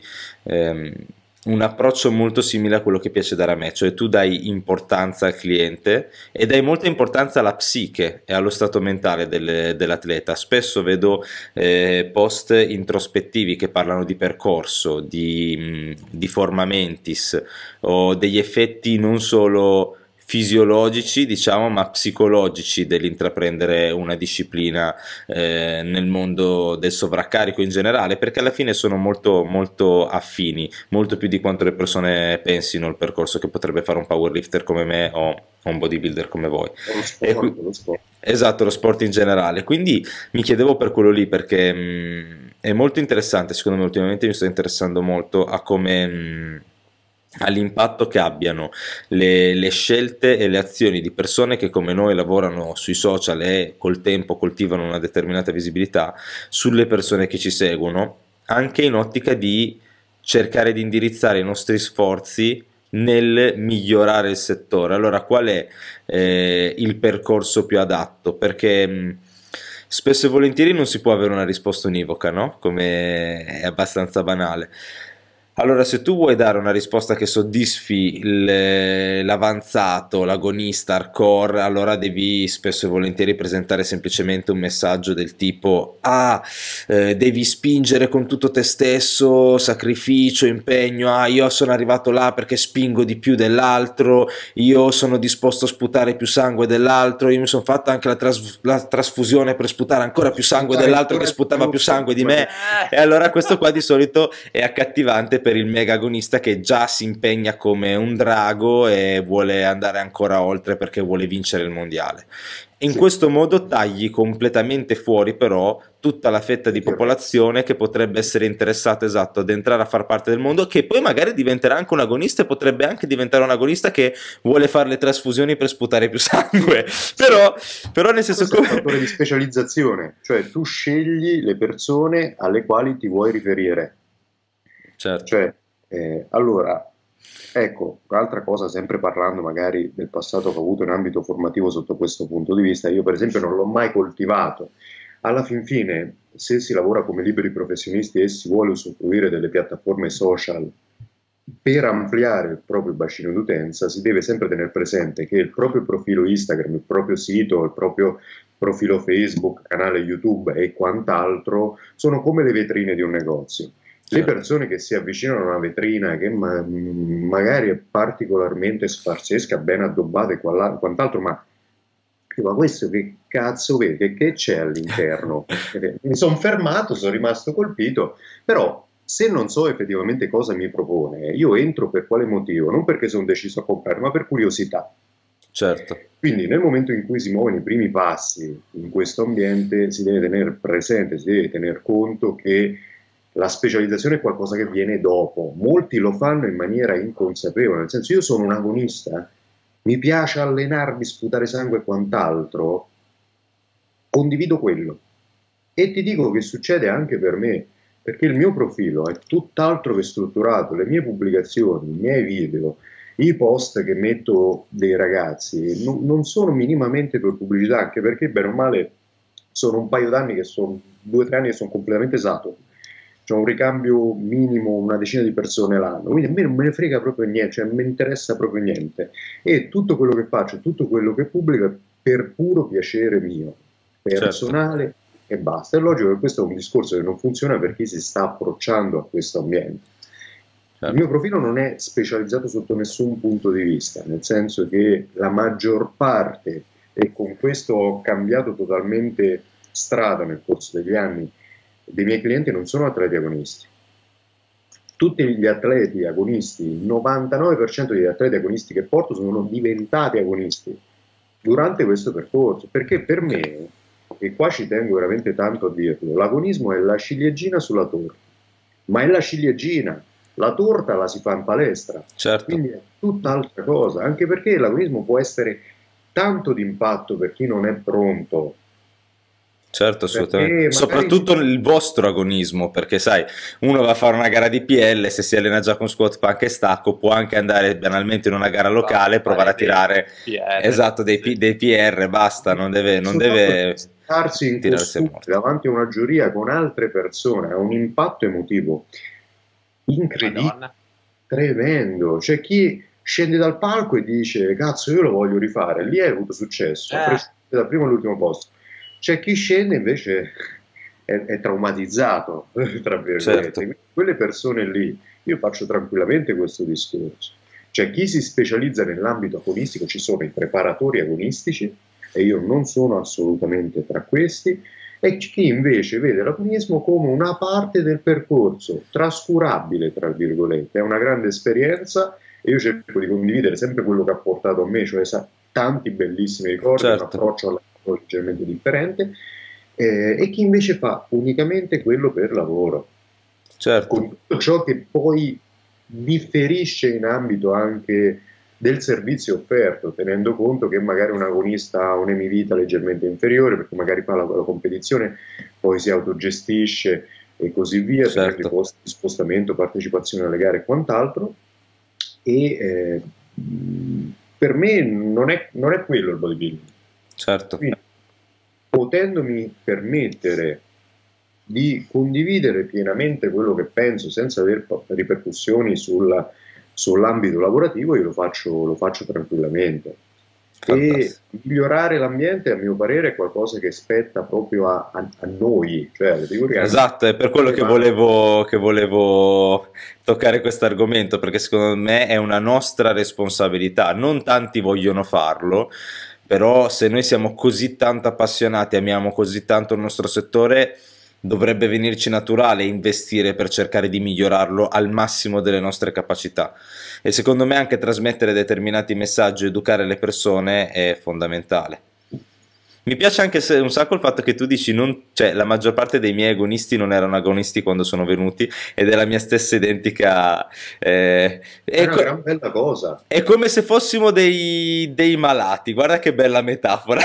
un approccio molto simile a quello che piace dare a me, cioè tu dai importanza al cliente e dai molta importanza alla psiche e allo stato mentale dell'atleta. Spesso vedo post introspettivi che parlano di percorso, di forma mentis o degli effetti non solo fisiologici, diciamo, ma psicologici dell'intraprendere una disciplina nel mondo del sovraccarico in generale, perché alla fine sono molto, molto affini, molto più di quanto le persone pensino il percorso che potrebbe fare un powerlifter come me o un bodybuilder come voi. Lo sport. Esatto, lo sport in generale. Quindi mi chiedevo per quello lì, perché è molto interessante, secondo me ultimamente mi sto interessando molto a come all'impatto che abbiano le scelte e le azioni di persone che come noi lavorano sui social e col tempo coltivano una determinata visibilità sulle persone che ci seguono, anche in ottica di cercare di indirizzare i nostri sforzi nel migliorare il settore. Allora, qual è il percorso più adatto? Perché spesso e volentieri non si può avere una risposta univoca, no? Come è abbastanza banale. Allora, se tu vuoi dare una risposta che soddisfi l'avanzato, l'agonista hardcore, allora devi spesso e volentieri presentare semplicemente un messaggio del tipo: devi spingere con tutto te stesso, sacrificio, impegno, io sono arrivato là perché spingo di più dell'altro, io sono disposto a sputare più sangue dell'altro, io mi sono fatto anche la trasfusione per sputare ancora più sangue dell'altro che sputava più sangue di me. E allora questo qua di solito è accattivante per il mega agonista che già si impegna come un drago e vuole andare ancora oltre perché vuole vincere il mondiale. In questo modo tagli completamente fuori però tutta la fetta di popolazione che potrebbe essere interessata, esatto, ad entrare a far parte del mondo, che poi magari diventerà anche un agonista e potrebbe anche diventare un agonista che vuole fare le trasfusioni per sputare più sangue. Però nel senso come... è un fattore di specializzazione, cioè tu scegli le persone alle quali ti vuoi riferire. Certo. Cioè, allora, ecco, un'altra cosa, sempre parlando magari del passato che ho avuto in ambito formativo sotto questo punto di vista, io per esempio non l'ho mai coltivato. Alla fin fine, se si lavora come liberi professionisti e si vuole usufruire delle piattaforme social per ampliare il proprio bacino d'utenza, si deve sempre tenere presente che il proprio profilo Instagram, il proprio sito, il proprio profilo Facebook, canale YouTube e quant'altro sono come le vetrine di un negozio. Le persone che si avvicinano a una vetrina che magari è particolarmente sfarzesca, ben addobbata e quant'altro, ma questo che cazzo vede? Che c'è all'interno? Mi sono fermato, sono rimasto colpito, però se non so effettivamente cosa mi propone, io entro per quale motivo? Non perché sono deciso a comprare, ma per curiosità. Certo. Quindi nel momento in cui si muovono i primi passi in questo ambiente si deve tenere presente, si deve tener conto che la specializzazione è qualcosa che viene dopo. Molti lo fanno in maniera inconsapevole, nel senso io sono un agonista, mi piace allenarmi, sputare sangue e quant'altro, condivido quello. E ti dico che succede anche per me, perché il mio profilo è tutt'altro che strutturato, le mie pubblicazioni, i miei video, i post che metto dei ragazzi non sono minimamente per pubblicità, anche perché bene o male sono un paio d'anni che sono 2 o 3 anni che sono completamente esatto. C'è un ricambio minimo, una decina di persone l'anno, quindi a me non me ne frega proprio niente, cioè non mi interessa proprio niente. E tutto quello che faccio, tutto quello che pubblico è per puro piacere mio, personale, certo. E basta. È logico che questo è un discorso che non funziona per chi si sta approcciando a questo ambiente. Certo. Il mio profilo non è specializzato sotto nessun punto di vista, nel senso che la maggior parte, e con questo ho cambiato totalmente strada nel corso degli anni, dei miei clienti non sono atleti agonisti, tutti gli atleti agonisti, il 99% degli atleti agonisti che porto sono diventati agonisti durante questo percorso, perché per me, e qua ci tengo veramente tanto a dirlo, l'agonismo è la ciliegina sulla torta, ma è la ciliegina, la torta la si fa in palestra, Certo. quindi è tutt'altra cosa, anche perché l'agonismo può essere tanto d'impatto per chi non è pronto. Certo, assolutamente. Perché Soprattutto magari il vostro agonismo, perché sai, uno va a fare una gara di PL, se si allena già con squat, plank e stacco, può anche andare banalmente in una gara locale, provare a tirare, PR. esatto, dei PR, basta, non deve starsi in tirarsi a costume morte. davanti a una giuria con altre persone ha un impatto emotivo incredibile, Madonna. tremendo. C'è chi scende dal palco e dice cazzo io lo voglio rifare, lì hai avuto successo, a prescindere dal primo all'ultimo posto. C'è chi scende invece è traumatizzato, tra virgolette. Certo. Quindi quelle persone lì, io faccio tranquillamente questo discorso. C'è chi si specializza nell'ambito agonistico, ci sono i preparatori agonistici, e io non sono assolutamente tra questi, e chi invece vede l'agonismo come una parte del percorso, trascurabile, tra virgolette. È una grande esperienza e io cerco di condividere sempre quello che ha portato a me, cioè tanti bellissimi ricordi, un Certo. approccio alla cosa leggermente differente, e chi invece fa unicamente quello per lavoro, Certo. con tutto ciò che poi differisce in ambito anche del servizio offerto, tenendo conto che magari un agonista ha un'emivita leggermente inferiore, perché magari fa la competizione, poi si autogestisce e così via, Certo. tenendo i costi di spostamento, partecipazione alle gare e quant'altro, e per me non è quello il bodybuilding. Certo. Quindi, potendomi permettere di condividere pienamente quello che penso senza avere ripercussioni sull'ambito lavorativo, io lo faccio tranquillamente. Fantastico. E migliorare l'ambiente, a mio parere, è qualcosa che spetta proprio a noi, cioè alle figure. Esatto, è per quello che volevo toccare questo argomento, perché secondo me è una nostra responsabilità. Non tanti vogliono farlo, però se noi siamo così tanto appassionati, amiamo così tanto il nostro settore, dovrebbe venirci naturale investire per cercare di migliorarlo al massimo delle nostre capacità. E secondo me anche trasmettere determinati messaggi, educare le persone è fondamentale. Mi piace anche un sacco il fatto che tu dici, cioè la maggior parte dei miei agonisti non erano agonisti quando sono venuti, ed è la mia stessa identica. È una gran bella cosa. È come se fossimo dei malati, guarda che bella metafora.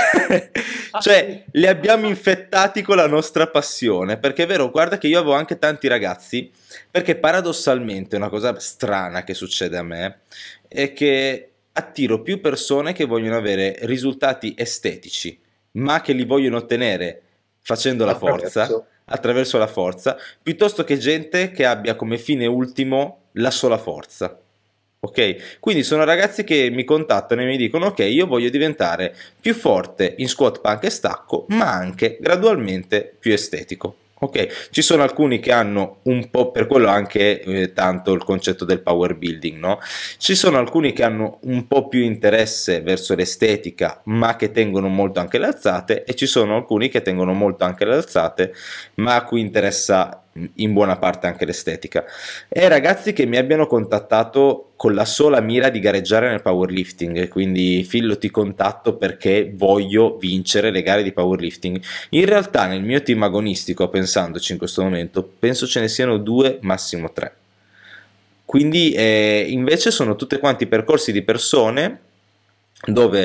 Cioè, li abbiamo infettati con la nostra passione, perché è vero, guarda che io avevo anche tanti ragazzi, perché paradossalmente una cosa strana che succede a me è che attiro più persone che vogliono avere risultati estetici, ma che li vogliono ottenere facendo la forza, attraverso la forza, piuttosto che gente che abbia come fine ultimo la sola forza. Ok? Quindi sono ragazzi che mi contattano e mi dicono: ok, io voglio diventare più forte in squat, plank e stacco, ma anche gradualmente più estetico. Ok, ci sono alcuni che hanno un po', per quello anche tanto il concetto del power building, no? Ci sono alcuni che hanno un po' più interesse verso l'estetica, ma che tengono molto anche le alzate, e ci sono alcuni che tengono molto anche le alzate, ma a cui interessa in buona parte anche l'estetica. E ragazzi che mi abbiano contattato con la sola mira di gareggiare nel powerlifting, quindi Fillo ti contatto perché voglio vincere le gare di powerlifting. In realtà nel mio team agonistico, pensandoci in questo momento, penso ce ne siano 2, massimo 3. Quindi invece sono tutti quanti percorsi di persone dove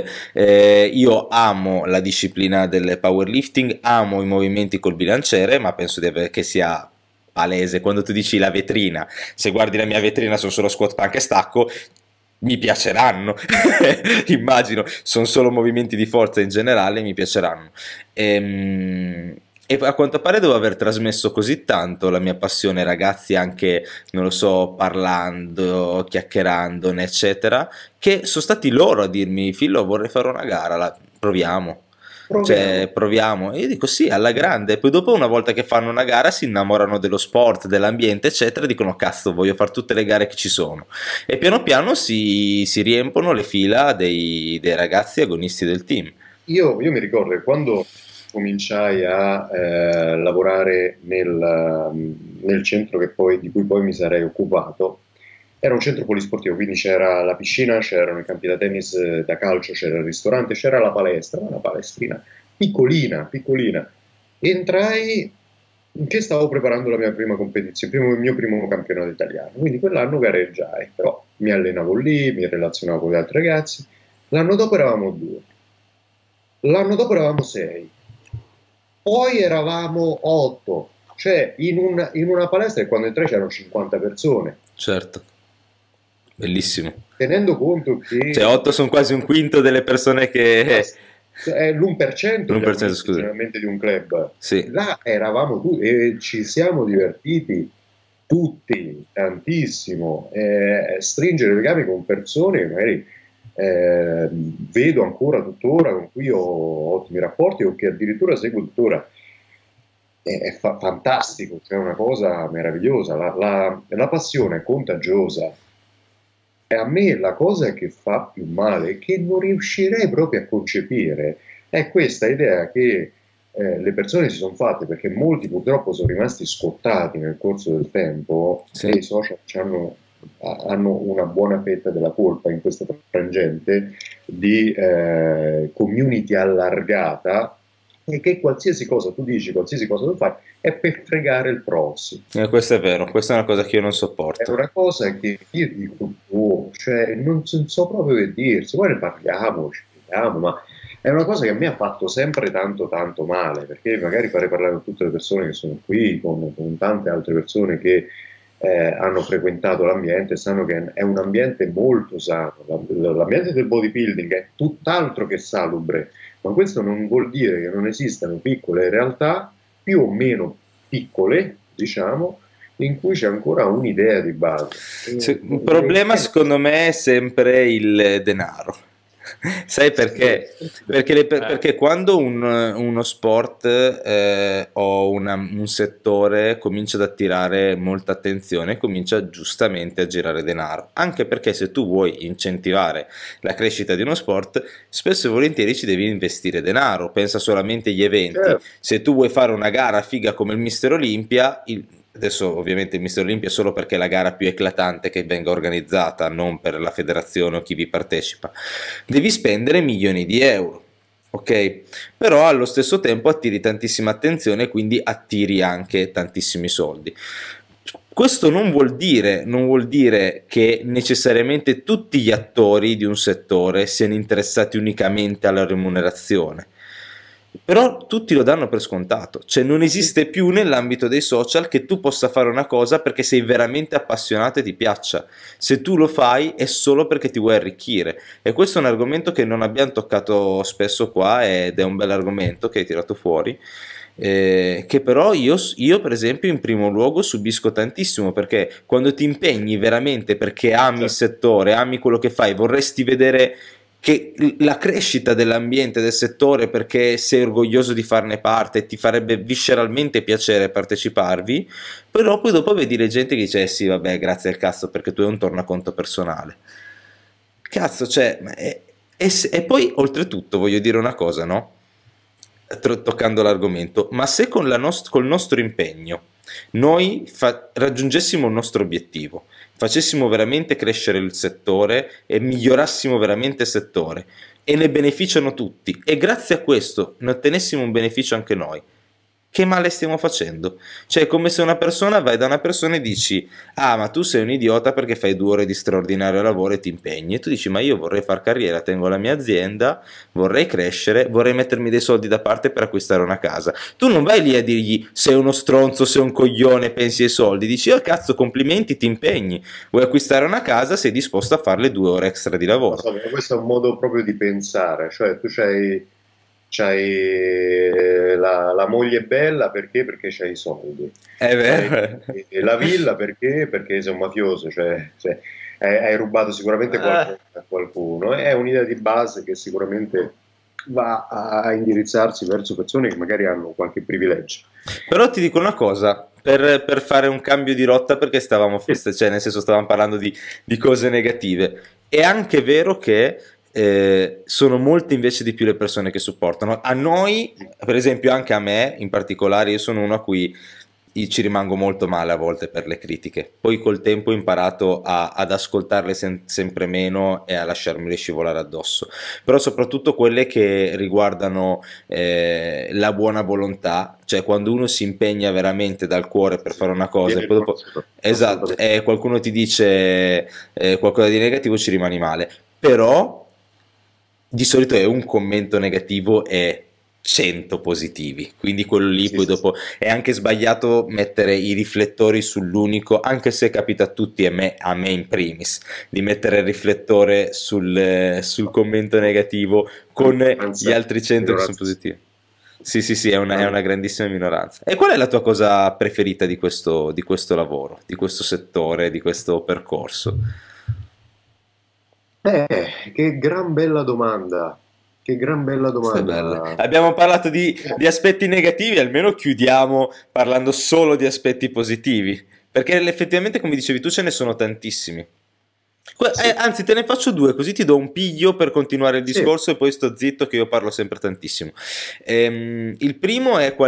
io amo la disciplina del powerlifting, amo i movimenti col bilanciere, ma penso che sia palese quando tu dici la vetrina. Se guardi la mia vetrina sono solo squat, plank e stacco, mi piaceranno. Immagino, sono solo movimenti di forza in generale, mi piaceranno. E a quanto pare devo aver trasmesso così tanto la mia passione ai ragazzi, anche, non lo so, parlando, chiacchierandone, eccetera, che sono stati loro a dirmi: Fillo, vorrei fare una gara, proviamo. Cioè, proviamo. E io dico sì, alla grande. Poi dopo, una volta che fanno una gara, si innamorano dello sport, dell'ambiente, eccetera, dicono: cazzo, voglio fare tutte le gare che ci sono. E piano piano si riempono le fila dei ragazzi agonisti del team. Io mi ricordo che quando cominciai a lavorare nel centro di cui poi mi sarei occupato. Era un centro polisportivo, quindi c'era la piscina, c'erano i campi da tennis, da calcio, c'era il ristorante, c'era la palestra, una palestrina piccolina, piccolina. Entrai che stavo preparando la mia prima competizione, il mio primo campionato italiano, quindi quell'anno gareggiai, però mi allenavo lì, mi relazionavo con gli altri ragazzi. L'anno dopo eravamo 2, l'anno dopo eravamo 6, poi eravamo 8, cioè in una palestra e quando entrai c'erano 50 persone. Certo, bellissimo. Tenendo conto che Cioè 8 sono quasi un quinto delle persone che... è l'1% scusa. generalmente di un club. Sì. Là eravamo tutti e ci siamo divertiti tutti tantissimo. Stringere legami con persone che magari vedo ancora tuttora, con cui ho ottimi rapporti o che addirittura seguo tuttora. È fantastico, cioè una cosa meravigliosa. La passione è contagiosa. E a me la cosa che fa più male, che non riuscirei proprio a concepire, è questa idea che le persone si sono fatte, perché molti purtroppo sono rimasti scottati nel corso del tempo, Sì. e i social hanno una buona fetta della colpa in questa frangente di community allargata, e che qualsiasi cosa tu dici, qualsiasi cosa tu fai, è per fregare il prossimo. Questo è vero, questa è una cosa che io non È sopporto. una cosa che io dico, cioè, non so proprio che dirsi, poi ne parliamo, ci vediamo, ma è una cosa che a me ha fatto sempre tanto tanto male, perché magari farei parlare con tutte le persone che sono qui, con tante altre persone che hanno frequentato l'ambiente, sanno che è un ambiente molto sano. L'ambiente del bodybuilding è tutt'altro che salubre, ma questo non vuol dire che non esistano piccole realtà, più o meno piccole, diciamo, in cui c'è ancora un'idea di base. Il problema secondo me è sempre il denaro. Sai perché? Perché quando uno sport o un settore comincia ad attirare molta attenzione, comincia giustamente a girare denaro. Anche perché se tu vuoi incentivare la crescita di uno sport, spesso e volentieri ci devi investire denaro. Pensa solamente agli eventi. Certo. Se tu vuoi fare una gara figa come il Mister Olympia, adesso ovviamente il Mister Olympia è solo perché è la gara più eclatante che venga organizzata, non per la federazione o chi vi partecipa, devi spendere milioni di euro, ok? Però allo stesso tempo attiri tantissima attenzione e quindi attiri anche tantissimi soldi. Questo non vuol dire che necessariamente tutti gli attori di un settore siano interessati unicamente alla remunerazione. Però tutti lo danno per scontato, cioè non esiste più nell'ambito dei social che tu possa fare una cosa perché sei veramente appassionato e ti piaccia. Se tu lo fai è solo perché ti vuoi arricchire, e questo è un argomento che non abbiamo toccato spesso qua ed è un bel argomento che hai tirato fuori, che però io per esempio in primo luogo subisco tantissimo, perché quando ti impegni veramente perché ami il settore, ami quello che fai, vorresti vedere che la crescita dell'ambiente, del settore, perché sei orgoglioso di farne parte e ti farebbe visceralmente piacere parteciparvi, però poi dopo vedi le gente che dice sì vabbè grazie al cazzo perché tu hai un tornaconto personale. Cazzo, cioè, e poi oltretutto voglio dire una cosa, no? Toccando l'argomento, ma se con col nostro impegno noi raggiungessimo il nostro obiettivo, facessimo veramente crescere il settore e migliorassimo veramente il settore e ne beneficiano tutti e grazie a questo ne ottenessimo un beneficio anche noi, che male stiamo facendo? Cioè è come se una persona vai da una persona e dici ah ma tu sei un idiota perché fai 2 ore di straordinario lavoro e ti impegni, e tu dici ma io vorrei far carriera, tengo la mia azienda, vorrei crescere, vorrei mettermi dei soldi da parte per acquistare una casa. Tu non vai lì a dirgli sei uno stronzo, sei un coglione, pensi ai soldi, dici oh cazzo complimenti, ti impegni, vuoi acquistare una casa, sei disposto a fare le 2 ore extra di lavoro. Questo è un modo proprio di pensare, cioè tu c'hai la moglie bella perché c'hai i soldi, È vero. e la villa perché sei un mafioso, cioè hai rubato sicuramente qualcosa a qualcuno. È un'idea di base che sicuramente va a indirizzarsi verso persone che magari hanno qualche privilegio. Però ti dico una cosa, per fare un cambio di rotta, perché cioè nel senso stavamo parlando di cose negative, è anche vero che sono molte invece di più le persone che supportano. A noi, per esempio, anche a me in particolare, io sono uno a cui ci rimango molto male a volte per le critiche. Poi col tempo ho imparato ad ascoltarle sempre meno e a lasciarmele scivolare addosso. Però soprattutto quelle che riguardano la buona volontà, cioè quando uno si impegna veramente dal cuore per fare una cosa e poi dopo, esatto, e qualcuno ti dice qualcosa di negativo, ci rimani male. Però di solito è un commento negativo e 100 positivi, quindi quello lì poi dopo è anche sbagliato mettere i riflettori sull'unico, anche se capita a tutti e a me in primis, di mettere il riflettore sul commento negativo con gli altri 100 che sono positivi. Sì, è una grandissima minoranza. E qual è la tua cosa preferita di questo lavoro, di questo settore, di questo percorso? Che gran bella domanda. Che gran bella domanda. Abbiamo parlato di aspetti negativi, almeno chiudiamo parlando solo di aspetti positivi, perché effettivamente, come dicevi tu, ce ne sono tantissimi. Anzi, te ne faccio due, così ti do un piglio per continuare il discorso e poi sto zitto che io parlo sempre tantissimo. Il primo è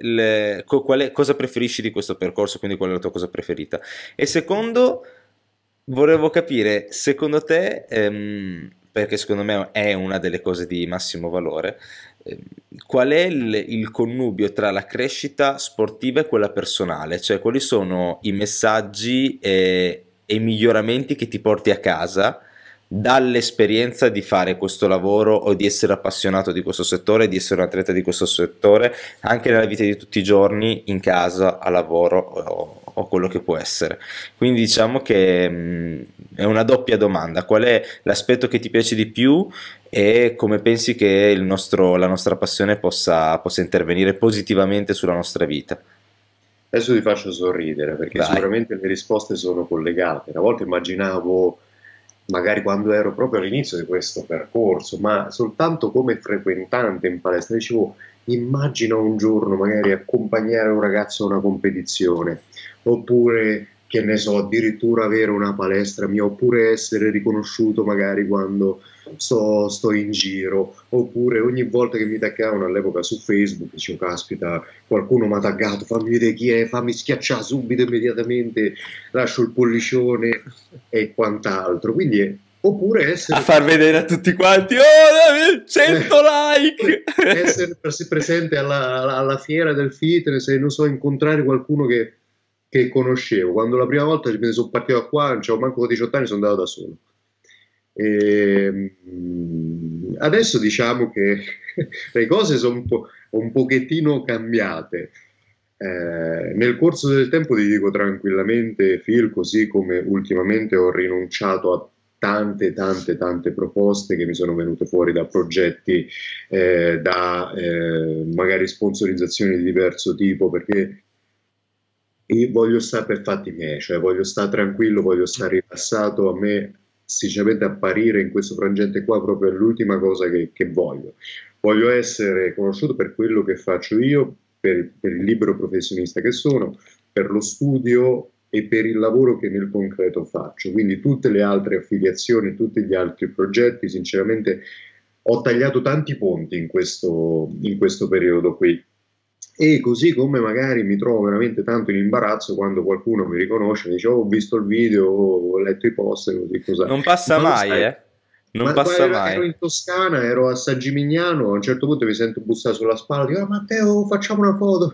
cosa preferisci di questo percorso, quindi qual è la tua cosa preferita. E secondo, volevo capire, secondo te, perché secondo me è una delle cose di massimo valore, qual è il connubio tra la crescita sportiva e quella personale? Cioè, quali sono i messaggi e i miglioramenti che ti porti a casa dall'esperienza di fare questo lavoro o di essere appassionato di questo settore, di essere un atleta di questo settore, anche nella vita di tutti i giorni, in casa, a lavoro o quello che può essere. Quindi diciamo che è una doppia domanda: qual è l'aspetto che ti piace di più e come pensi che la nostra passione possa intervenire positivamente sulla nostra vita? Adesso ti faccio sorridere perché Vai. sicuramente le risposte sono collegate. Una volta immaginavo, magari quando ero proprio all'inizio di questo percorso, ma soltanto come frequentante in palestra, dicevo, immagina un giorno magari accompagnare un ragazzo a una competizione, oppure, che ne so, addirittura avere una palestra mia, oppure essere riconosciuto magari quando sto in giro, oppure ogni volta che mi taggavano all'epoca su Facebook, dicevo, caspita, qualcuno mi ha taggato, fammi vedere chi è, fammi schiacciare subito, immediatamente, lascio il pollicione e quant'altro. Quindi oppure essere a far vedere a tutti quanti, oh, 100 like, essere presente alla fiera del fitness e non so, incontrare qualcuno che conoscevo. Quando la prima volta me ne sono partito qua, non c'avevo manco 18 anni, sono andato da solo. Adesso diciamo che le cose sono un pochettino cambiate. Nel corso del tempo ti dico tranquillamente, Phil, così come ultimamente ho rinunciato a tante proposte che mi sono venute fuori da progetti, da magari sponsorizzazioni di diverso tipo, perché io voglio stare per fatti miei, cioè voglio stare tranquillo, voglio stare rilassato. A me sinceramente apparire in questo frangente qua proprio è l'ultima cosa che voglio. Voglio essere conosciuto per quello che faccio io, per il libero professionista che sono, per lo studio e per il lavoro che nel concreto faccio. Quindi tutte le altre affiliazioni, tutti gli altri progetti, sinceramente ho tagliato tanti ponti in questo periodo qui. E così come magari mi trovo veramente tanto in imbarazzo quando qualcuno mi riconosce e dice, oh, ho visto il video, ho letto i post, così cos'è. Non passa mai, Non passa mai. Ero in Toscana, ero a San Gimignano, a un certo punto mi sento bussare sulla spalla, dico, Matteo, facciamo una foto.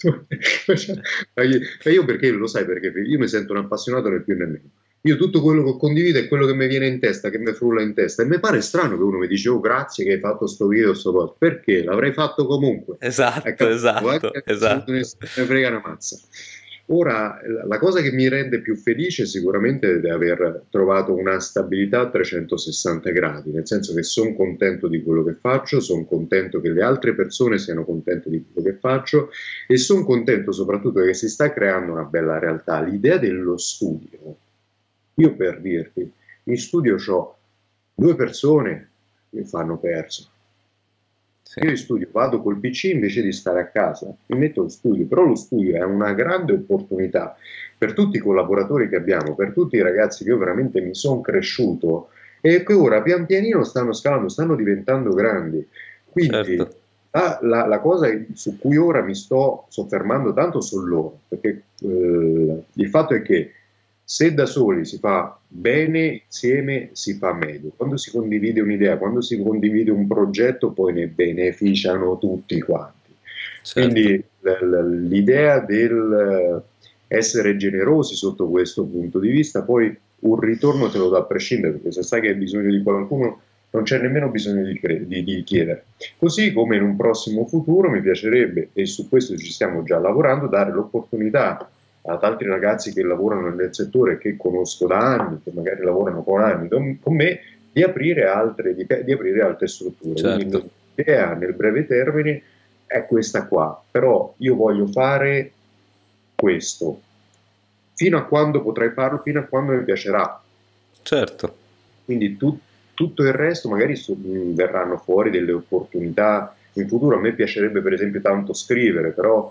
Ma io perché, lo sai perché? Io mi sento un appassionato né più né meno. Io tutto quello che condivido è quello che mi viene in testa, che mi frulla in testa. E mi pare strano che uno mi dice, oh, grazie che hai fatto sto video, sto cosa. Perché? L'avrei fatto comunque. Esatto. Non ne frega una mazza. Ora, la cosa che mi rende più felice sicuramente è di aver trovato una stabilità a 360 gradi, nel senso che sono contento di quello che faccio, sono contento che le altre persone siano contente di quello che faccio e sono contento soprattutto che si sta creando una bella realtà. L'idea dello studio, io per dirti, in studio ho 2 persone che mi fanno perso. Sì. Io in studio vado col PC invece di stare a casa, mi metto in studio, però lo studio è una grande opportunità per tutti i collaboratori che abbiamo, per tutti i ragazzi che io veramente mi sono cresciuto e che ora pian pianino stanno scalando, stanno diventando grandi. Quindi certo, la cosa su cui ora mi sto soffermando tanto sono loro, perché il fatto è che se da soli si fa bene, insieme si fa meglio. Quando si condivide un'idea, quando si condivide un progetto, poi ne beneficiano tutti quanti. certo, Quindi l'idea del essere generosi sotto questo punto di vista, poi un ritorno te lo dà a prescindere, perché se sai che hai bisogno di qualcuno non c'è nemmeno bisogno di chiedere. Così come in un prossimo futuro mi piacerebbe, e su questo ci stiamo già lavorando, dare l'opportunità ad altri ragazzi che lavorano nel settore, che conosco da anni, che magari lavorano con anni con me, di aprire di aprire altre strutture. certo, Quindi l'idea nel breve termine è questa qua, però io voglio fare questo. Fino a quando potrai farlo, fino a quando mi piacerà. certo. Quindi tutto il resto magari verranno fuori delle opportunità in futuro. A me piacerebbe per esempio tanto scrivere, però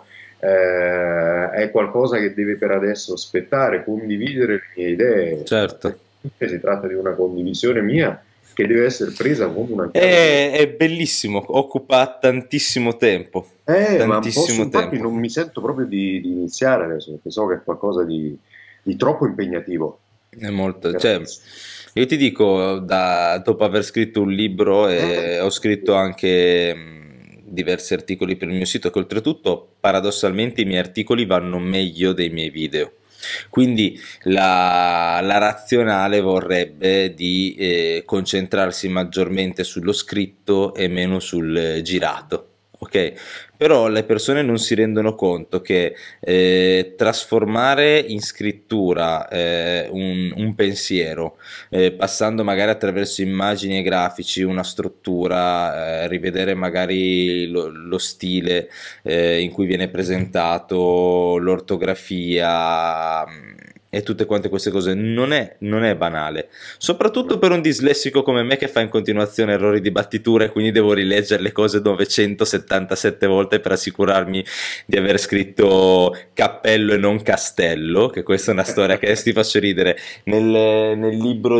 è qualcosa che deve per adesso aspettare, condividere le mie idee. Certo. Si tratta di una condivisione mia che deve essere presa come una chiave. È bellissimo, occupa tantissimo tempo, Ma posso, tantissimo infatti tempo. non mi sento proprio di iniziare adesso, perché so che è qualcosa di troppo impegnativo È molto, per cioè, adesso. io ti dico, dopo aver scritto un libro e ho scritto anche diversi articoli per il mio sito, che oltretutto, paradossalmente, i miei articoli vanno meglio dei miei video. Quindi la razionale vorrebbe di concentrarsi maggiormente sullo scritto e meno sul girato. Ok? Però le persone non si rendono conto che trasformare in scrittura un pensiero, passando magari attraverso immagini e grafici, una struttura, rivedere magari lo stile in cui viene presentato, l'ortografia e tutte quante queste cose, non è banale, soprattutto per un dislessico come me che fa in continuazione errori di battitura e quindi devo rileggere le cose 977 volte per assicurarmi di aver scritto cappello e non castello, che questa è una storia che adesso ti faccio ridere. Nel libro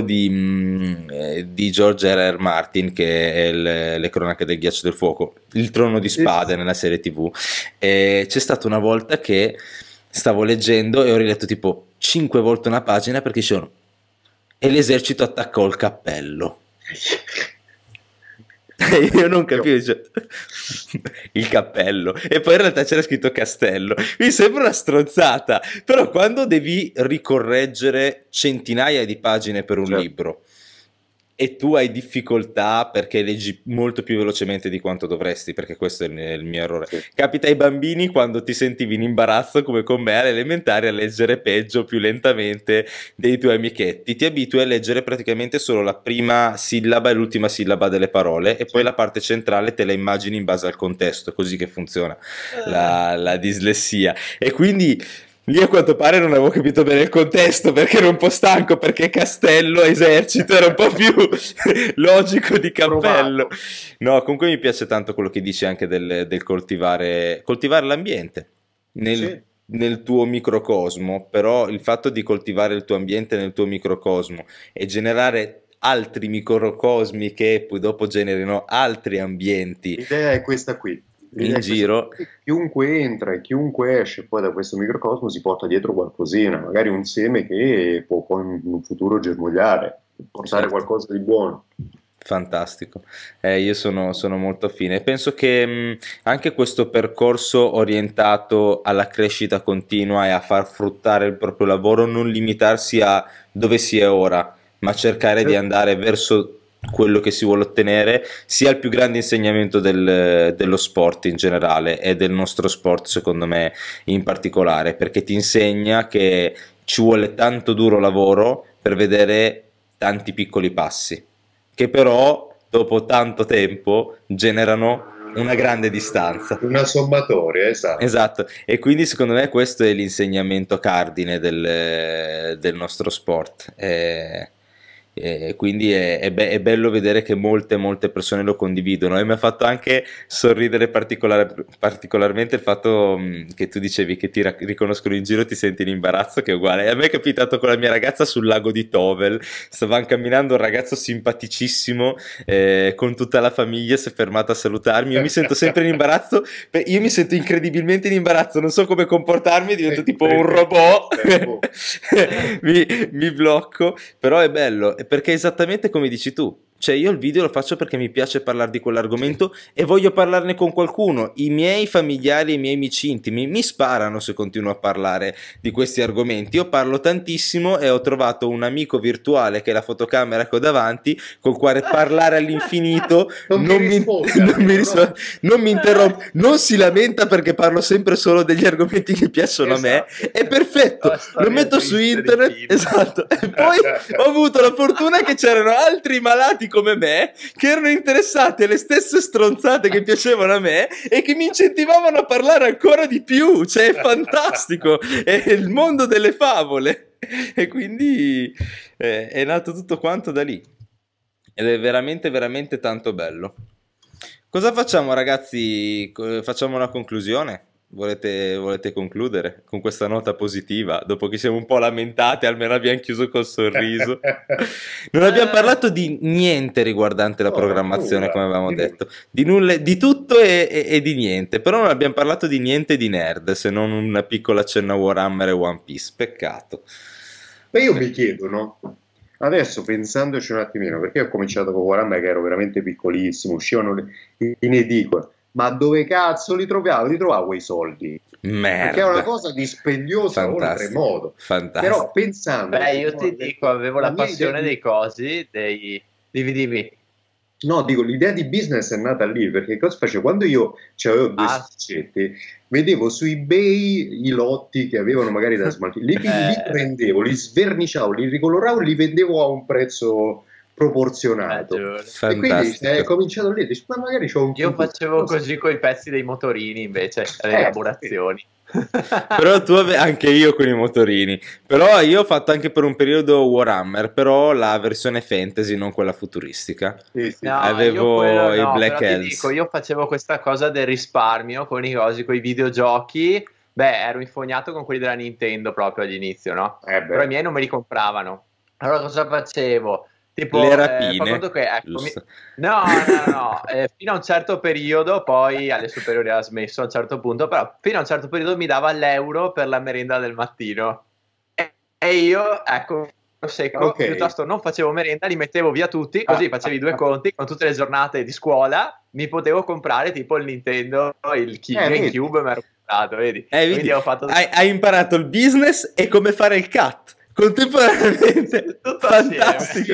di George R.R. Martin, che è le cronache del ghiaccio del fuoco, il trono di Sì, spade nella serie TV, c'è stata una volta che stavo leggendo e ho riletto tipo 5 volte una pagina perché dicevano e l'esercito attaccò il cappello. Io non capivo, cioè, il cappello, e poi in realtà c'era scritto castello. Mi sembra una stronzata, però quando devi ricorreggere centinaia di pagine per un certo. libro e tu hai difficoltà perché leggi molto più velocemente di quanto dovresti, perché questo è il mio errore. Sì. Capita ai bambini quando ti sentivi in imbarazzo come con me alle elementari a leggere peggio, più lentamente dei tuoi amichetti. Ti abitui a leggere praticamente solo la prima sillaba e l'ultima sillaba delle parole e poi Sì. la parte centrale te la immagini in base al contesto. È così che funziona la dislessia. E quindi lì a quanto pare non avevo capito bene il contesto perché ero un po' stanco perché castello, esercito era un po' più logico di cappello. Provato. No, comunque mi piace tanto quello che dici anche del coltivare l'ambiente nel, Sì. nel tuo microcosmo, però il fatto di coltivare il tuo ambiente nel tuo microcosmo e generare altri microcosmi che poi dopo generino altri ambienti L'idea è questa qui. L'idea in è questa giro. qui. Chiunque entra e chiunque esce poi da questo microcosmo si porta dietro qualcosina, magari un seme che può poi in un futuro germogliare, portare Certo. qualcosa di buono. Fantastico, io sono molto affine. Penso che anche questo percorso orientato alla crescita continua e a far fruttare il proprio lavoro, non limitarsi a dove si è ora, ma cercare di Certo. andare verso quello che si vuole ottenere, sia il più grande insegnamento dello sport in generale e del nostro sport, secondo me, in particolare, perché ti insegna che ci vuole tanto duro lavoro per vedere tanti piccoli passi che però dopo tanto tempo generano una grande distanza. Una sommatoria, esatto. Esatto, e quindi secondo me questo è l'insegnamento cardine del nostro sport. Quindi è bello vedere che molte persone lo condividono, e mi ha fatto anche sorridere particolarmente il fatto che tu dicevi che ti riconoscono in giro, ti senti in imbarazzo, che è uguale. A me è capitato con la mia ragazza sul lago di Tovel, stavamo camminando, un ragazzo simpaticissimo con tutta la famiglia si è fermato a salutarmi, io mi sento sempre in imbarazzo, io mi sento incredibilmente in imbarazzo, non so come comportarmi, divento tipo un robot, mi blocco, però è bello, perché è esattamente come dici tu. Cioè io il video lo faccio perché mi piace parlare di quell'argomento e voglio parlarne con qualcuno. I miei familiari e i miei amici intimi mi sparano se continuo a parlare di questi argomenti. Io parlo tantissimo e ho trovato un amico virtuale che è la fotocamera che ho davanti, col quale parlare all'infinito, non mi interrompe, non si lamenta perché parlo sempre solo degli argomenti che piacciono a me. È perfetto, lo metto su internet, esatto. E poi ho avuto la fortuna che c'erano altri malati come me che erano interessati alle stesse stronzate che piacevano a me e che mi incentivavano a parlare ancora di più. Cioè è fantastico, è il mondo delle favole, e quindi è nato tutto quanto da lì ed è veramente tanto bello. Cosa facciamo, ragazzi? Facciamo una conclusione? Volete concludere con questa nota positiva? Dopo che siamo un po' lamentati, almeno abbiamo chiuso col sorriso. Non abbiamo parlato di niente riguardante la programmazione, come avevamo detto. Di nulla, di tutto e di niente. Però non abbiamo parlato di niente di nerd, se non una piccola cenna a Warhammer e One Piece. Peccato. Ma io mi chiedo, no? Adesso pensandoci un attimino, perché ho cominciato con Warhammer che ero veramente piccolissimo, uscivano in edicola. Ma dove cazzo li trovavo? Li trovavo quei soldi? Merda. Perché è una cosa dispendiosa oltremodo. Fantastico. Però pensando... Beh, io ti dico, avevo la passione dei cosi, dimmi. No, dico, l'idea di business è nata lì, perché cosa facevo? Quando io avevo due sacchetti, vedevo su eBay i lotti che avevano magari da smaltire, li prendevo, li sverniciavo, li ricoloravo e li vendevo a un prezzo proporzionato. E quindi è cominciato lì, dici, ma magari c'ho un... Io facevo così con i pezzi dei motorini invece, le elaborazioni. Però tu anche io con i motorini, però io ho fatto anche per un periodo Warhammer, però la versione fantasy, non quella futuristica. Sì. No, avevo i Black Elves. Dico, io facevo questa cosa del risparmio con i cosi, con i videogiochi. Beh, ero infognato con quelli della Nintendo proprio all'inizio, no? Però i miei non me li compravano. Allora cosa facevo? Tipo, le rapine, no, fino a un certo periodo, poi alle superiori ha smesso a un certo punto, però fino a un certo periodo mi dava l'euro per la merenda del mattino e io, ecco, secco, piuttosto non facevo merenda, li mettevo via tutti, così facevi due conti con tutte le giornate di scuola, mi potevo comprare tipo il Nintendo, il GameCube, mi ero comprato, vedi? Quindi ho fatto... hai imparato il business e come fare il cut contemporaneamente. Fantastico,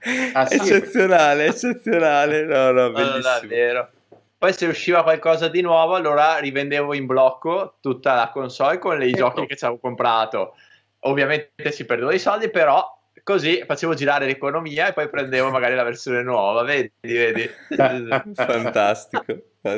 assieme. Eccezionale, no, bellissimo. Davvero. Poi se usciva qualcosa di nuovo, allora rivendevo in blocco tutta la console con i giochi che ci avevo comprato. Ovviamente si perdono i soldi, però così facevo girare l'economia e poi prendevo magari la versione nuova, vedi? Fantastico.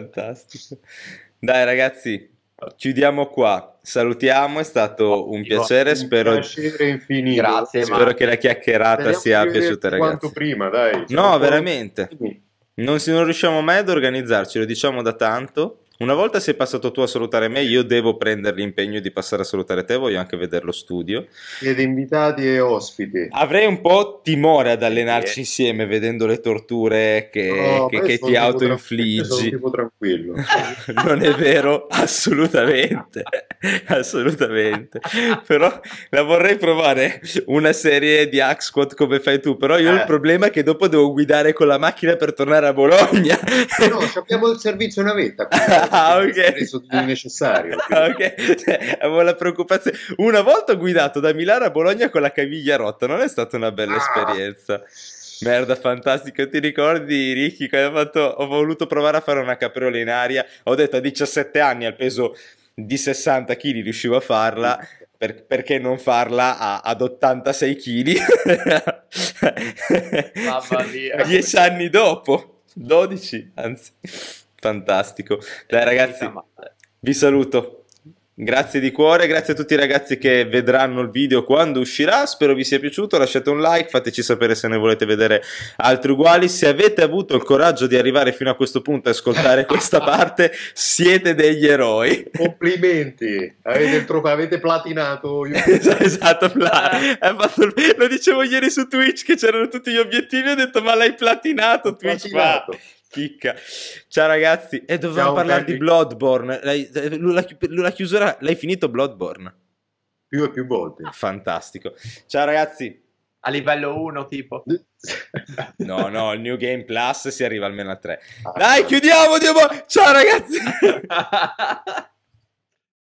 Dai ragazzi, chiudiamo qua, salutiamo, è stato un piacere, spero infinito. Grazie, spero che la chiacchierata sia piaciuta, ragazzi. Quanto prima, dai. No, veramente, non riusciamo mai ad organizzarci, lo diciamo da tanto. Una volta sei passato tu a salutare me, io devo prendere l'impegno di passare a salutare te, voglio anche vedere lo studio. Siete invitati e ospiti. Avrei un po' timore ad allenarci insieme vedendo le torture che ti autoinfliggi. Sono un tipo tranquillo. Non è vero, assolutamente. Però la vorrei provare una serie di hack squat come fai tu, però io ho il problema è che dopo devo guidare con la macchina per tornare a Bologna. No, abbiamo il servizio navetta. Reso necessario. Avevo la preoccupazione. Una volta ho guidato da Milano a Bologna con la caviglia rotta, non è stata una bella esperienza. Merda, fantastico. Ti ricordi, Ricky, che ho voluto provare a fare una capriola in aria? Ho detto a 17 anni al peso di 60 kg riuscivo a farla, perché non farla ad 86 kg? Mamma mia. 10 anni dopo, 12 anzi. Fantastico. Dai ragazzi, vi saluto. Grazie di cuore, grazie a tutti i ragazzi che vedranno il video quando uscirà, spero vi sia piaciuto, lasciate un like, fateci sapere se ne volete vedere altri uguali, se avete avuto il coraggio di arrivare fino a questo punto e ascoltare questa parte, siete degli eroi. Complimenti, avete il trofeo, avete platinato. Esatto, lo dicevo ieri su Twitch che c'erano tutti gli obiettivi, ho detto ma l'hai platinato Twitch qua. Chicca. Ciao ragazzi, e dovevamo parlare di Bloodborne. La chiusura, l'hai finito Bloodborne? Più e più volte. Fantastico. Ciao ragazzi. A livello 1 tipo. No, il New Game Plus si arriva almeno a 3. Dai, chiudiamo, Dio. Ciao ragazzi.